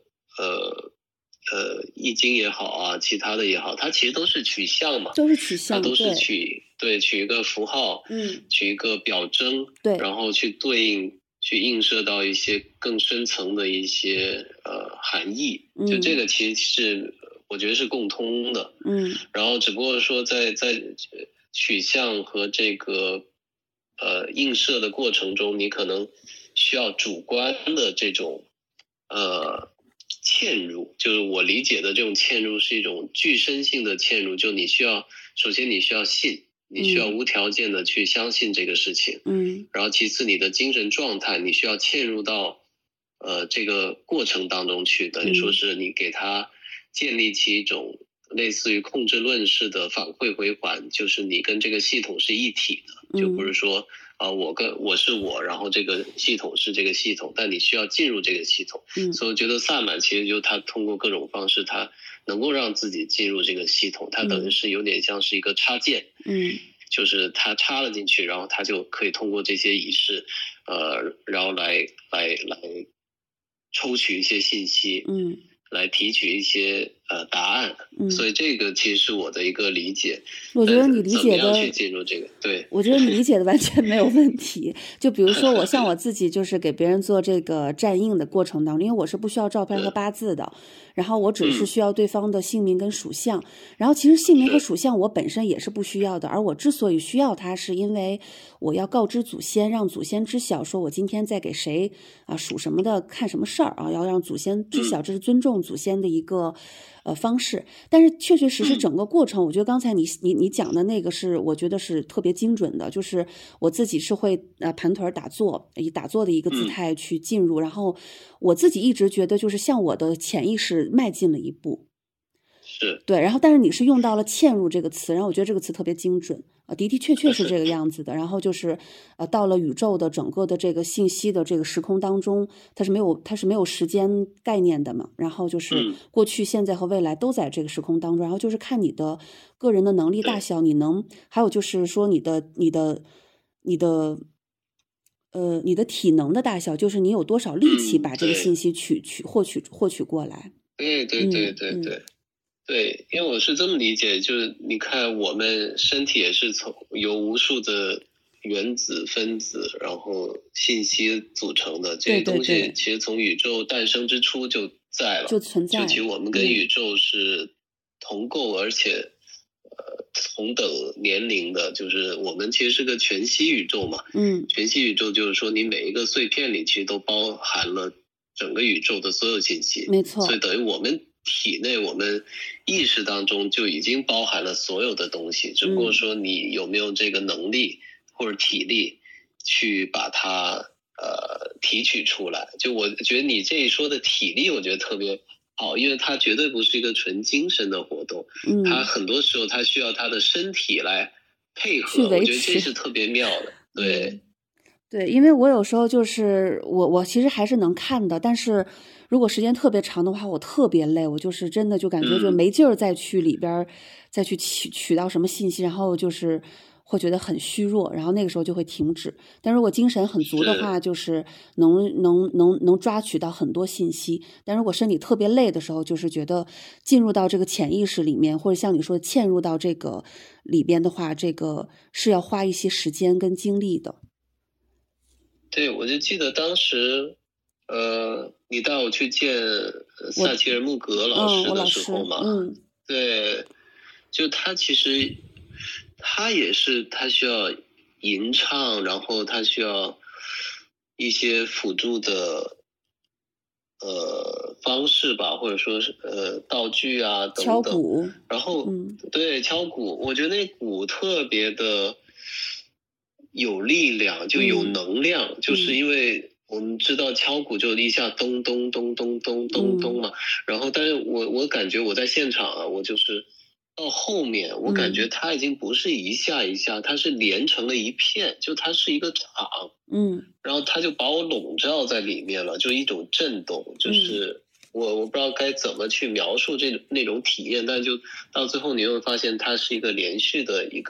B: 易经也好啊，其他的也好，它其实都是取象嘛，
A: 都是取象，
B: 它都是取一个符号，取一个表征，
A: 对，
B: 然后去对应去映射到一些更深层的一些含义。就这个其实是我觉得是共通的。然后只不过说在取象和这个映射的过程中，你可能需要主观的这种嵌入，就是我理解的这种嵌入是一种具身性的嵌入，就首先你需要信，你需要无条件的去相信这个事情，然后其次你的精神状态你需要嵌入到这个过程当中去，等于说是你给他建立起一种类似于控制论式的反馈回环，就是你跟这个系统是一体的，就不是说我是我，然后这个系统是这个系统，但你需要进入这个系统。所以我觉得萨满其实就他通过各种方式，他能够让自己进入这个系统，他等于是有点像是一个插件，就是他插了进去，然后他就可以通过这些仪式，然后来抽取一些信息，来提取一些答案，所以这个其实是我的一个理解。
A: 我觉得你理解的，
B: 怎么样去进入这个？对，
A: 我觉得你理解的完全没有问题。就比如说我像我自己，就是给别人做这个占印的过程当中，因为我是不需要照片和八字的，然后我只是需要对方的姓名跟属相，然后其实姓名和属相我本身也是不需要的，而我之所以需要它，是因为我要告知祖先，让祖先知晓，说我今天在给谁属什么的看什么事儿啊，要让祖先知晓，这是尊重祖先的一个方式。但是确确实实整个过程，我觉得刚才你讲的那个是我觉得是特别精准的，就是我自己是会盘腿打坐，以打坐的一个姿态去进入，然后我自己一直觉得就是向我的潜意识迈进了一步。
B: 是
A: 对，然后但是你是用到了嵌入这个词，然后我觉得这个词特别精准的确是这个样子的。然后就是到了宇宙的整个的这个信息的这个时空当中，它是没有时间概念的嘛，然后就是过去现在和未来都在这个时空当中，然后就是看你的个人的能力大小，你能还有就是说你的体能的大小，就是你有多少力气把这个信息获取过来。
B: 对，因为我是这么理解，就是你看我们身体也是由无数的原子分子然后信息组成的，这些东西其实从宇宙诞生之初就在了，
A: 就存在，
B: 就其实我们跟宇宙是同构而且同等年龄的，就是我们其实是个全息宇宙嘛，全息宇宙就是说你每一个碎片里其实都包含了整个宇宙的所有信息，
A: 没错，
B: 所以等于我们体内我们意识当中就已经包含了所有的东西，只不过说你有没有这个能力或者体力去把它提取出来。就我觉得你这一说的体力我觉得特别好，因为它绝对不是一个纯精神的活动，它很多时候它需要它的身体来配合，我觉得这是特别妙的。
A: 对，因为我有时候就是我其实还是能看的，但是如果时间特别长的话，我特别累，我就是真的就感觉就没劲儿再去里边再去取到什么信息，然后就是会觉得很虚弱，然后那个时候就会停止。但如果精神很足的话，就是能抓取到很多信息。但如果身体特别累的时候，就是觉得进入到这个潜意识里面，或者像你说的嵌入到这个里边的话，这个是要花一些时间跟精力的。
B: 对，我就记得当时你带我去见萨提尔穆格老师的时候嘛，对，就他其实他也是他需要吟唱，然后他需要一些辅助的方式吧，或者说是道具啊等等，
A: 敲鼓，
B: 然后对，敲鼓，我觉得那鼓特别的有力量，就有能量，就是因为我们知道敲鼓就一下咚咚咚咚咚咚咚嘛，然后但是我感觉我在现场啊，我就是到后面我感觉它已经不是一下一下，它是连成了一片，就它是一个场，然后它就把我笼罩在里面了，就一种震动，就是我不知道该怎么去描述那种体验，但就到最后你会发现它是一个连续的一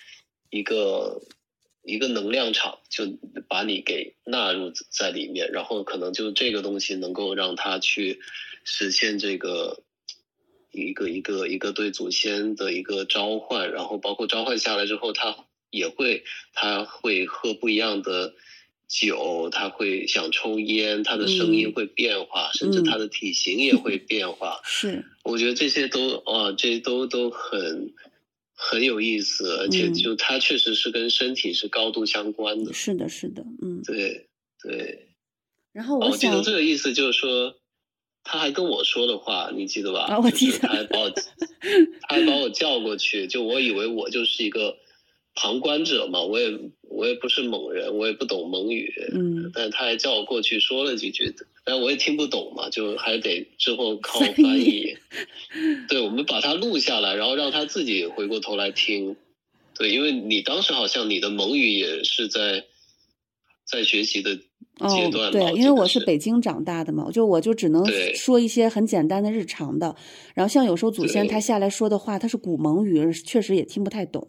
B: 个能量场，就把你给纳入在里面，然后可能就这个东西能够让它去实现这个一个对祖先的一个召唤，然后包括召唤下来之后，他会喝不一样的酒，他会想抽烟，他的声音会变化，甚至他的体型也会变化。
A: 是，
B: 我觉得这些都很有意思，而且就它确实是跟身体是高度相关的。
A: 是的，
B: 对。
A: 然后我
B: 记得这个意思就是说，他还跟我说的话，你记得吧？
A: 我记得。
B: 他还把我叫过去，就我以为我就是一个旁观者嘛，我也不是蒙人，我也不懂蒙语，但他还叫我过去说了几句， 但我也听不懂嘛，就还得之后靠翻译。对，我们把它录下来，然后让他自己回过头来听。对，因为你当时好像你的蒙语也是在学习的阶段嘛。
A: 对，因为我是北京长大的嘛，我就只能说一些很简单的日常的，然后像有时候祖先他下来说的话，他是古蒙语，确实也听不太懂。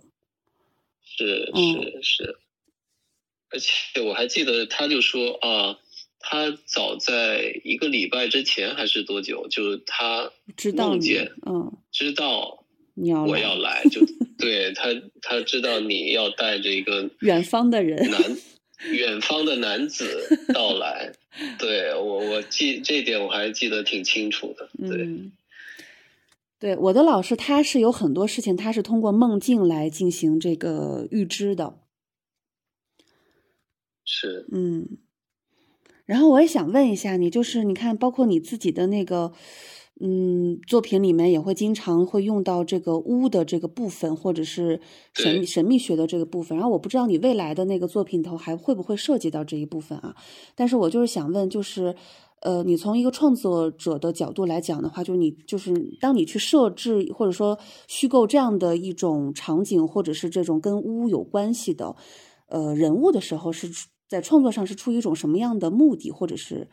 B: 是，而且我还记得他就说啊，他早在1个礼拜之前还是多久，就他梦见知道我要来，就对他知道你要带着一个
A: 远方的人
B: 远方的男子到来。对，我这一点我还记得挺清楚的。
A: 对，我的老师他是有很多事情他是通过梦境来进行这个预知的。
B: 是。
A: 然后我也想问一下你，就是你看包括你自己的那个作品里面也会经常会用到这个巫的这个部分，或者是神秘学的这个部分，然后我不知道你未来的那个作品头还会不会涉及到这一部分啊？但是我就是想问，就是你从一个创作者的角度来讲的话，就是当你去设置或者说虚构这样的一种场景，或者是这种跟巫有关系的人物的时候，是在创作上是出于一种什么样的目的，或者是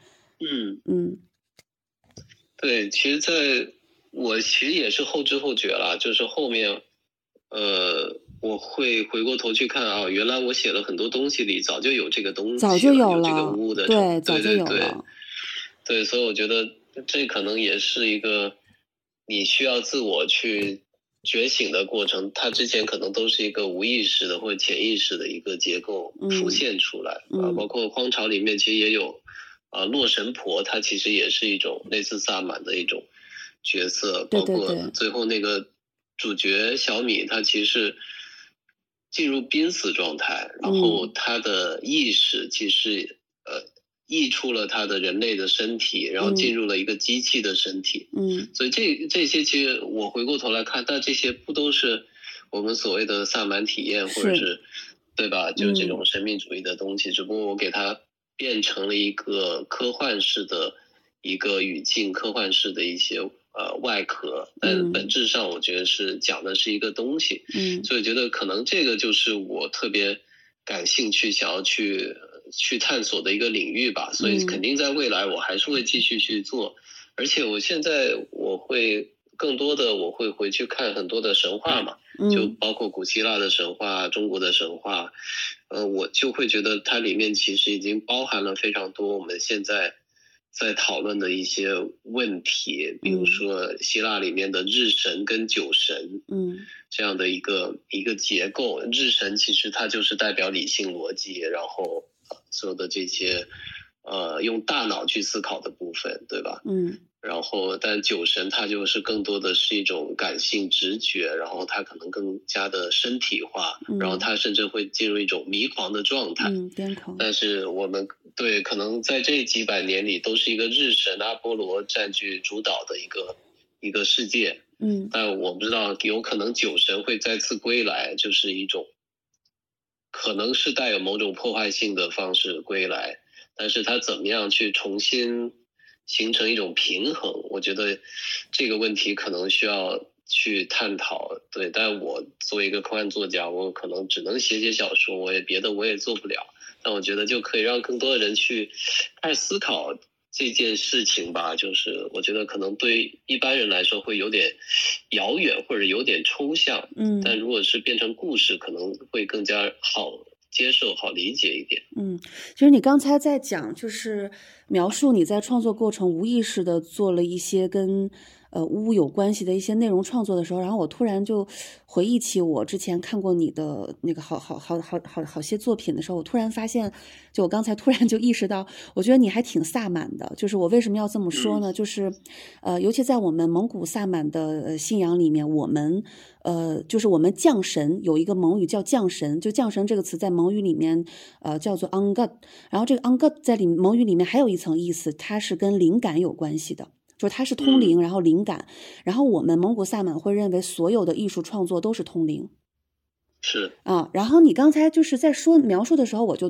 B: 对，其实我其实也是后知后觉啦，就是后面我会回过头去看啊，原来我写了很多东西里早就有这个东西，
A: 早就有了
B: 这个巫的，
A: 对，早就有了。
B: 对，所以我觉得这可能也是一个你需要自我去觉醒的过程，它之前可能都是一个无意识的或者潜意识的一个结构浮现出来包括荒潮里面其实也有洛神婆，她其实也是一种类似萨满的一种角色，包括最后那个主角小米，她其实进入濒死状态，然后她的意识其实溢出了他的人类的身体，然后进入了一个机器的身体。所以这些其实我回过头来看，但这些不都是我们所谓的萨满体验，或者是对吧？就这种神秘主义的东西，只不过我给它变成了一个科幻式的一个语境，科幻式的一些外壳，但本质上我觉得是讲的是一个东西。所以觉得可能这个就是我特别感兴趣想要去探索的一个领域吧，所以肯定在未来我还是会继续去做，而且我现在我会更多的我会回去看很多的神话嘛，就包括古希腊的神话、中国的神话，我就会觉得它里面其实已经包含了非常多我们现在在讨论的一些问题，比如说希腊里面的日神跟酒神，这样的一个结构。日神其实它就是代表理性逻辑，然后所有的这些用大脑去思考的部分，对吧？然后但酒神它就是更多的是一种感性直觉，然后它可能更加的身体化，然后它甚至会进入一种迷狂的状态，
A: 癫狂。
B: 但是我们对可能在这几百年里都是一个日神阿波罗占据主导的一个世界，但我不知道有可能酒神会再次归来，就是一种可能是带有某种破坏性的方式归来，但是它怎么样去重新形成一种平衡，我觉得这个问题可能需要去探讨。对，但我作为一个科幻作家，我可能只能写小说，别的我也做不了，但我觉得就可以让更多的人去开始思考这件事情吧，就是我觉得可能对一般人来说会有点遥远或者有点抽象，但如果是变成故事，可能会更加好接受、好理解一点。
A: 其实你刚才在讲，就是描述你在创作过程无意识的做了一些跟巫有关系的一些内容创作的时候，然后我突然就回忆起我之前看过你的那个好些作品的时候，我突然发现，就我刚才突然就意识到，我觉得你还挺萨满的。就是我为什么要这么说呢？就是尤其在我们蒙古萨满的信仰里面，我们就是我们降神有一个蒙语叫降神，就降神这个词在蒙语里面叫做 angad， 然后这个 angad 在蒙语里面还有一层意思，它是跟灵感有关系的。就是它是通灵，然后灵感，然后我们蒙古萨满会认为所有的艺术创作都是通灵，
B: 是
A: 然后你刚才就是在描述的时候，我就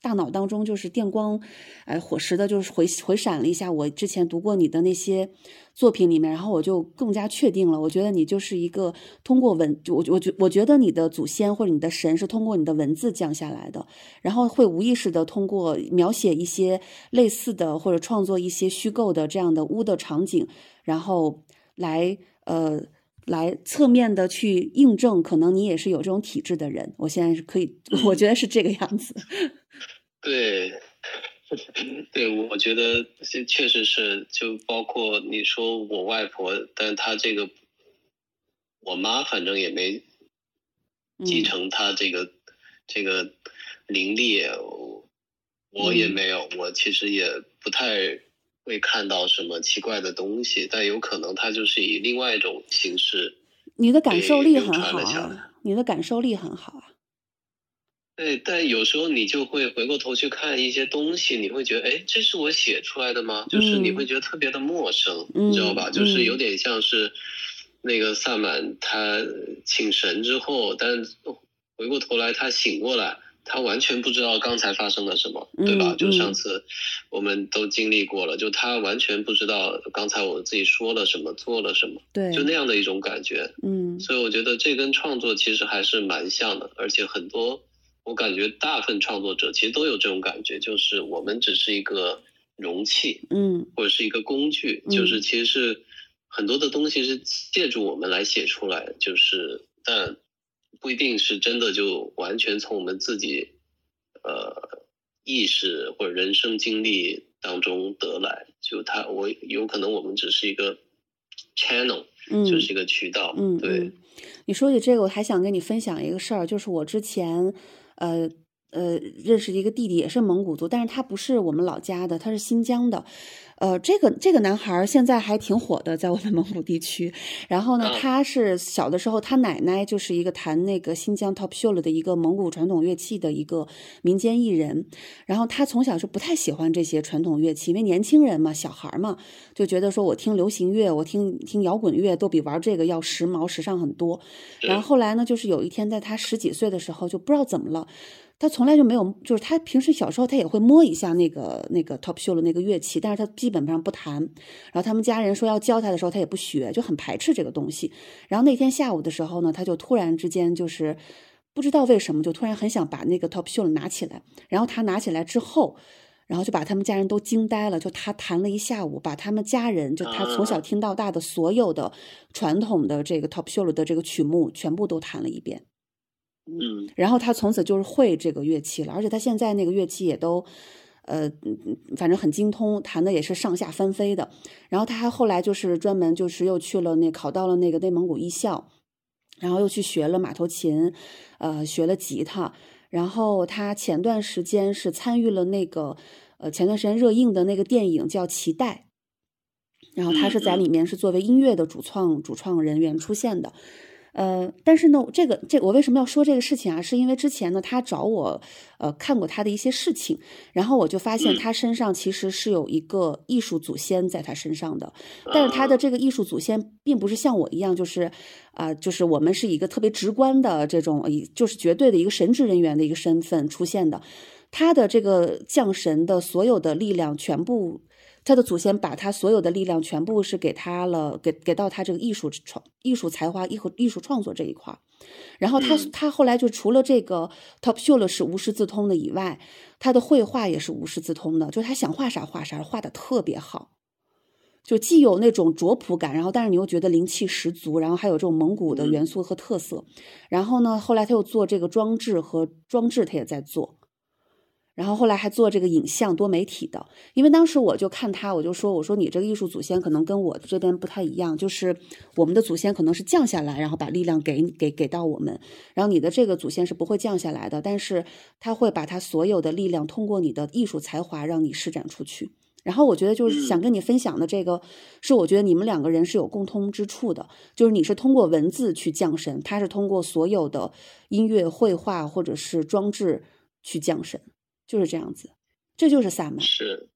A: 大脑当中就是电光火石的，就是回闪了一下我之前读过你的那些作品里面，然后我就更加确定了，我觉得你就是一个通过我觉得你的祖先或者你的神是通过你的文字降下来的，然后会无意识的通过描写一些类似的或者创作一些虚构的这样的屋的场景，然后来侧面的去印证，可能你也是有这种体质的人。我现在是可以，我觉得是这个样子。
B: 对，对，我觉得确实是，就包括你说我外婆，但她这个我妈反正也没继承她这个灵力，我也没有，我其实也不太会看到什么奇怪的东西，但有可能它就是以另外一种形式。
A: 你的感受力很好啊，你的感受力很好啊。
B: 对，但有时候你就会回过头去看一些东西，你会觉得，哎，这是我写出来的吗？就是你会觉得特别的陌生，你知道吧？就是有点像是那个萨满他请神之后，但回过头来他醒过来，他完全不知道刚才发生了什么，对吧？就上次我们都经历过了，就他完全不知道刚才我自己说了什么，做了什么，
A: 对，
B: 就那样的一种感觉。所以我觉得这跟创作其实还是蛮像的，而且很多我感觉大部分创作者其实都有这种感觉，就是我们只是一个容器，或者是一个工具，就是其实是很多的东西是借助我们来写出来，就是但不一定是真的就完全从我们自己意识或者人生经历当中得来，就我有可能我们只是一个 channel，就是一个渠道。对。
A: 你说起这个，我还想跟你分享一个事儿，就是我之前认识一个弟弟，也是蒙古族，但是他不是我们老家的，他是新疆的。这个男孩现在还挺火的，在我们蒙古地区。然后呢，他是小的时候，他奶奶就是一个弹那个新疆 top show 的一个蒙古传统乐器的一个民间艺人。然后他从小是不太喜欢这些传统乐器，因为年轻人嘛，小孩嘛，就觉得说我听流行乐，我听摇滚乐都比玩这个要时髦时尚很多。然后后来呢，就是有一天在他10几岁的时候，就不知道怎么了。他从来就没有，就是他平时小时候他也会摸一下那个 top show 的那个乐器，但是他基本上不弹。然后他们家人说要教他的时候，他也不学，就很排斥这个东西。然后那天下午的时候呢，他就突然之间就是不知道为什么，就突然很想把那个 top show 拿起来。然后他拿起来之后，然后就把他们家人都惊呆了，就他弹了一下午，把他们家人就他从小听到大的所有的传统的这个 top show 的这个曲目全部都弹了一遍。然后他从此就是会这个乐器了，而且他现在那个乐器也都反正很精通，弹的也是上下翻飞的。然后他还后来就是专门就是又去了考到了那个内蒙古艺校，然后又去学了马头琴，学了吉他。然后他前段时间是参与了那个前段时间热映的那个电影叫《脐带》，然后他是在里面是作为音乐的主创人员出现的。但是呢，这个我为什么要说这个事情啊？是因为之前呢，他找我，看过他的一些事情，然后我就发现他身上其实是有一个艺术祖先在他身上的，但是他的这个艺术祖先并不是像我一样，就是我们是一个特别直观的这种，就是绝对的一个神职人员的一个身份出现的。他的这个降神的所有的力量全部。他的祖先把他所有的力量全部是给他了，给到他这个艺术才华、艺术创作这一块。然后他后来就除了这个 top show 了是无师自通的以外，他的绘画也是无师自通的，就是他想画啥画啥，画的特别好。就既有那种拙朴感，然后但是你又觉得灵气十足，然后还有这种蒙古的元素和特色。然后呢，后来他又做这个装置，他也在做。然后后来还做这个影像多媒体的，因为当时我就看他，我说你这个艺术祖先可能跟我这边不太一样，就是我们的祖先可能是降下来，然后把力量给到我们，然后你的这个祖先是不会降下来的，但是他会把他所有的力量通过你的艺术才华让你施展出去。然后我觉得就是想跟你分享的这个，是我觉得你们两个人是有共通之处的，就是你是通过文字去降神，他是通过所有的音乐、绘画或者是装置去降神。就是这样子，这就是萨满。
B: 是，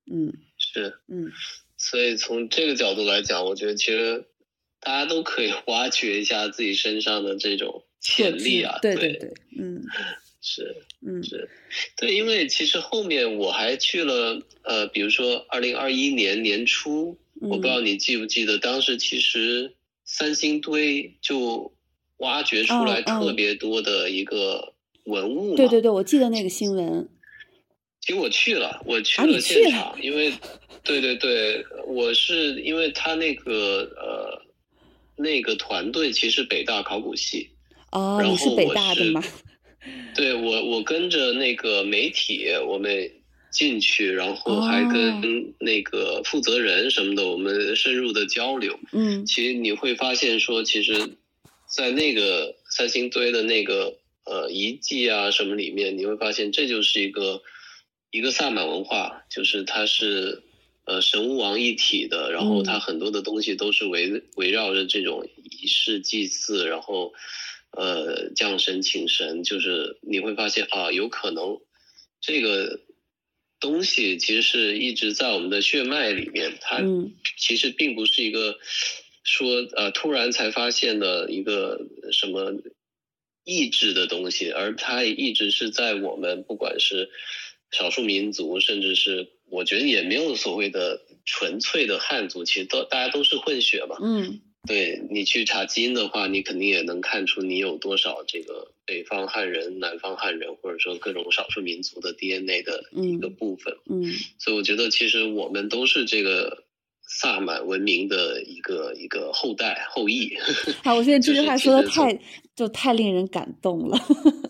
B: 所以从这个角度来讲，我觉得其实大家都可以挖掘一下自己身上的这种潜力啊，
A: 对对对，
B: 是，对，因为其实后面我还去了，比如说2021年年初，我不知道你记不记得，当时其实三星堆就挖掘出来特别多的一个文物嘛。
A: 对对对，我记得那个新闻。
B: 其实我去了现场，因为对对对，我是因为他那个团队其实北大考古系。
A: 哦，你是北大的吗？
B: 对，我跟着那个媒体，我们进去，然后还跟那个负责人什么的，我们深入的交流。其实你会发现说，其实，在那个三星堆的那个遗迹啊什么里面，你会发现这就是一个萨满文化，就是它是神巫王一体的，然后它很多的东西都是围绕着这种仪式祭祀，然后降神请神，就是你会发现啊，有可能这个东西其实是一直在我们的血脉里面，它其实并不是一个说突然才发现的一个什么意志的东西，而它一直是在我们不管是少数民族，甚至是我觉得也没有所谓的纯粹的汉族，其实大家都是混血嘛。对，你去查基因的话，你肯定也能看出你有多少这个北方汉人、南方汉人，或者说各种少数民族的 DNA 的一个部分。所以我觉得其实我们都是这个萨满文明的一个后裔。
A: 好，我现在这句话说的太令人感动了。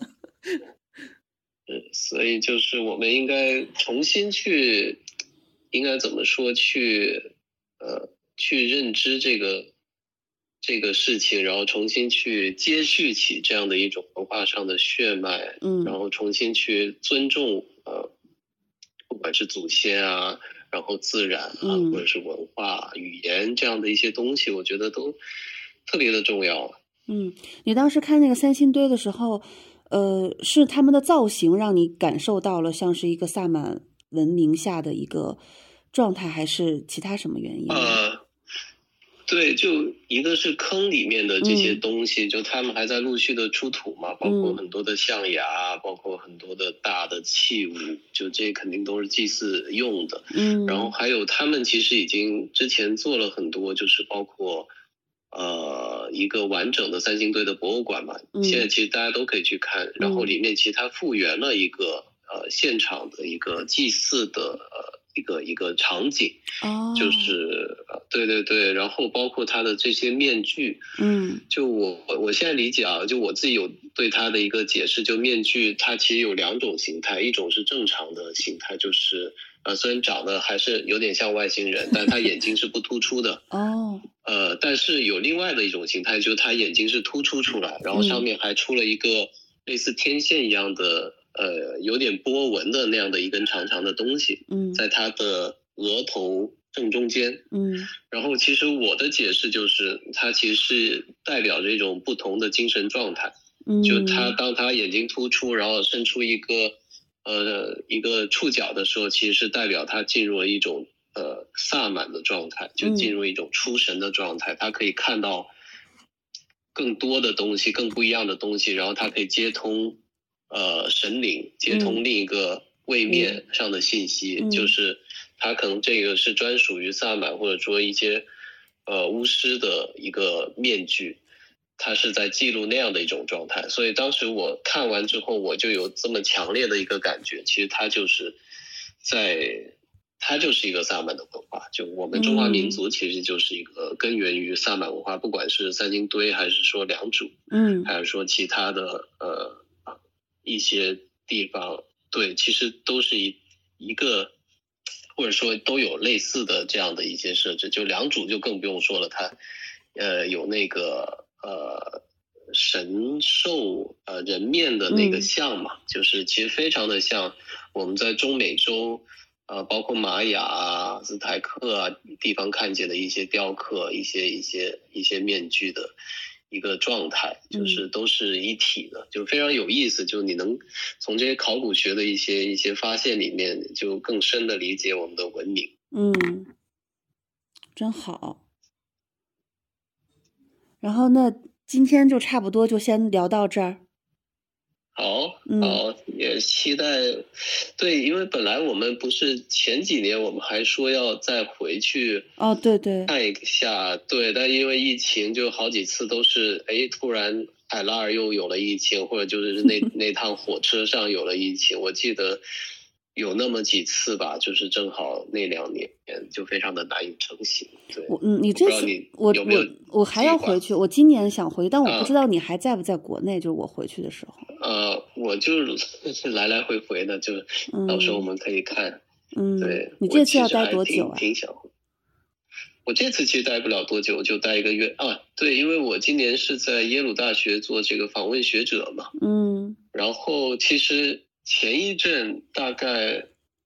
B: 所以就是我们应该重新去，应该怎么说去认知这个事情，然后重新去接续起这样的一种文化上的血脉，然后重新去尊重不管是祖先啊，然后自然啊，或者是文化、语言这样的一些东西，我觉得都特别的重要。
A: 你当时看那个三星堆的时候，是他们的造型让你感受到了像是一个萨满文明下的一个状态，还是其他什么原因？
B: 对，就一个是坑里面的这些东西，就他们还在陆续的出土嘛，包括很多的象牙，包括很多的大的器物，就这肯定都是祭祀用的。然后还有他们其实已经之前做了很多，就是包括一个完整的三星堆的博物馆嘛，现在其实大家都可以去看，然后里面其实它复原了一个现场的一个祭祀的一个场景，就是对对对，然后包括它的这些面具，就我现在理解啊，就我自己有对它的一个解释，就面具它其实有两种形态，一种是正常的形态，就是虽然长得还是有点像外星人，但它眼睛是不突出的。但是有另外的一种形态，就是它眼睛是突出出来，然后上面还出了一个类似天线一样的有点波纹的那样的一根长长的东西，在它的额头正中间。然后其实我的解释就是它其实是代表着一种不同的精神状态。就当他眼睛突出，然后伸出一个触角的时候，其实是代表他进入了一种萨满的状态，就进入一种出神的状态，他可以看到更多的东西，更不一样的东西，然后他可以接通神灵，接通另一个位面上的信息，就是他可能这个是专属于萨满或者说一些巫师的一个面具，他是在记录那样的一种状态。所以当时我看完之后，我就有这么强烈的一个感觉，其实它就是一个萨满的文化，就我们中华民族其实就是一个根源于萨满文化，不管是三星堆还是说良渚，还是说其他的一些地方，对，其实都是一个或者说都有类似的这样的一些设置。就良渚就更不用说了，它有那个神兽人面的那个像嘛，就是其实非常的像我们在中美洲包括玛雅啊、az泰克啊地方看见的一些雕刻、一些面具的一个状态，就是都是一体的，就非常有意思。就你能从这些考古学的一些发现里面，就更深的理解我们的文明。
A: 真好。然后那今天就差不多就先聊到这儿。
B: 好，也期待。对，因为本来我们不是前几年我们还说要再回去
A: 对
B: 看一下，对，但因为疫情就好几次都是突然海拉尔又有了疫情，或者就是那趟火车上有了疫情，我记得有那么几次吧，就是正好那2年就非常的难以成行。对，
A: 你这次我还要回去，我今年想回，但我不知道你还在不在国内，就是我回去的时候。
B: 我就是来回的，就到时候我们可以看。对，
A: 你这次要待多久啊？
B: 挺想回。我这次其实待不了多久，就待1个月啊。对，因为我今年是在耶鲁大学做这个访问学者嘛。然后其实前一阵大概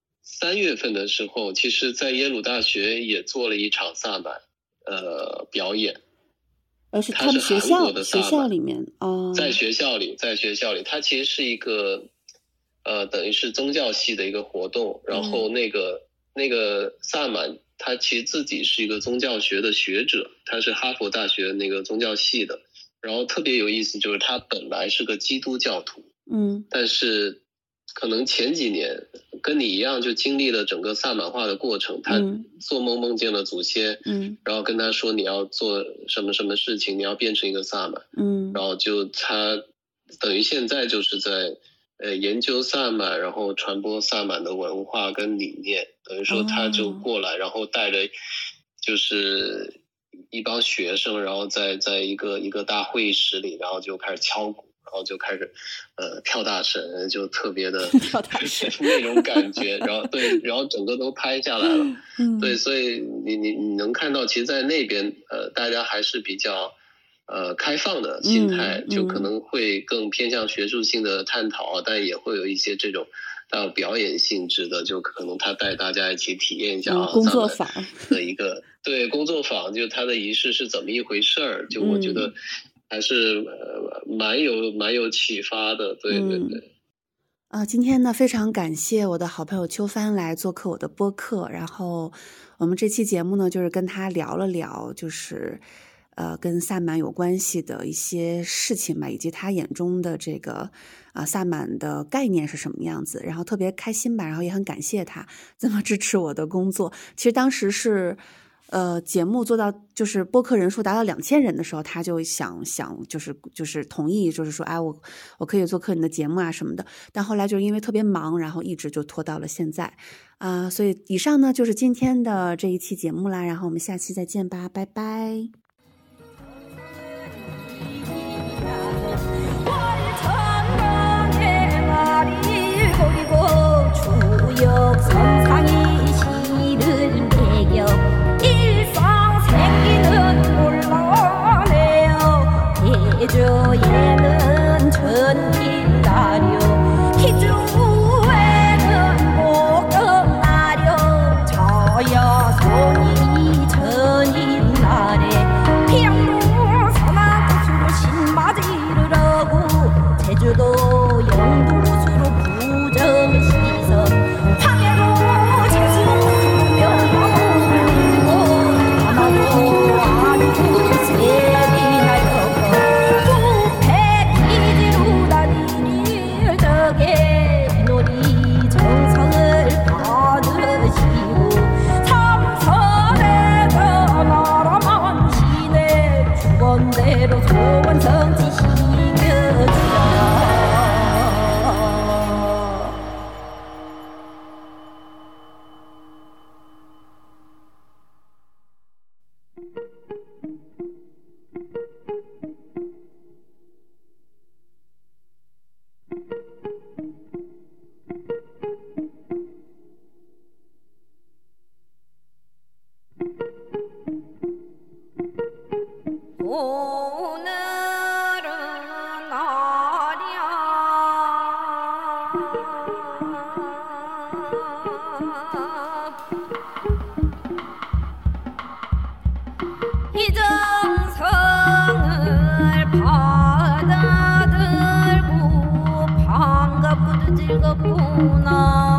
B: 3月份的时候，其实在耶鲁大学也做了一场萨满表演。
A: 是他们学校里面
B: 在学校里，它其实是一个等于是宗教系的一个活动。然后那个萨满他其实自己是一个宗教学的学者，他是哈佛大学那个宗教系的。然后特别有意思，就是他本来是个基督教徒，但是可能前几年跟你一样，就经历了整个萨满化的过程。他做梦梦见了祖先，然后跟他说你要做什么什么事情，你要变成一个萨满，然后就他等于现在就是在研究萨满，然后传播萨满的文化跟理念。等于说他就过来，然后带着就是一帮学生，然后在一个大会议室里，然后就开始敲鼓，然后就开始跳大神，就特别的那种感觉。然后整个都拍下来了。对，所以你能看到，其实在那边大家还是比较开放的心态，就可能会更偏向学术性的探讨，但也会有一些这种带有表演性质的，就可能他带大家一起体验一下
A: 工作坊
B: 的一个对工作坊，就他的仪式是怎么一回事儿，就我觉得还是蛮有启发的。对。
A: 今天呢非常感谢我的好朋友秋帆来做客我的播客，然后我们这期节目呢就是跟他聊了聊，就是跟萨满有关系的一些事情吧，以及他眼中的这个萨满的概念是什么样子，然后特别开心吧，然后也很感谢他这么支持我的工作。其实当时是节目做到就是播客人数达到2000人的时候，他就想就是同意，就是说我可以做客你的节目啊什么的。但后来就是因为特别忙，然后一直就拖到了现在所以以上呢就是今天的这一期节目啦，然后我们下期再见吧，拜拜。
C: 대조에는 전기나려 기주에는 목동나려 저여손이 전인날에 피양도 사막곳으로 신맞이르라고 제주도 영도곳으로 부정을 씻어 황해로 제수곳으로 명함을 올리고 아마도 아르고 세비나 엮어 놀이 정성을 받으시고 삼선에서 나라만 시내 주번대로 소원 성취시켜주라. 오늘은 날이야 이 정성을 받아들고 반갑고도 즐겁구나.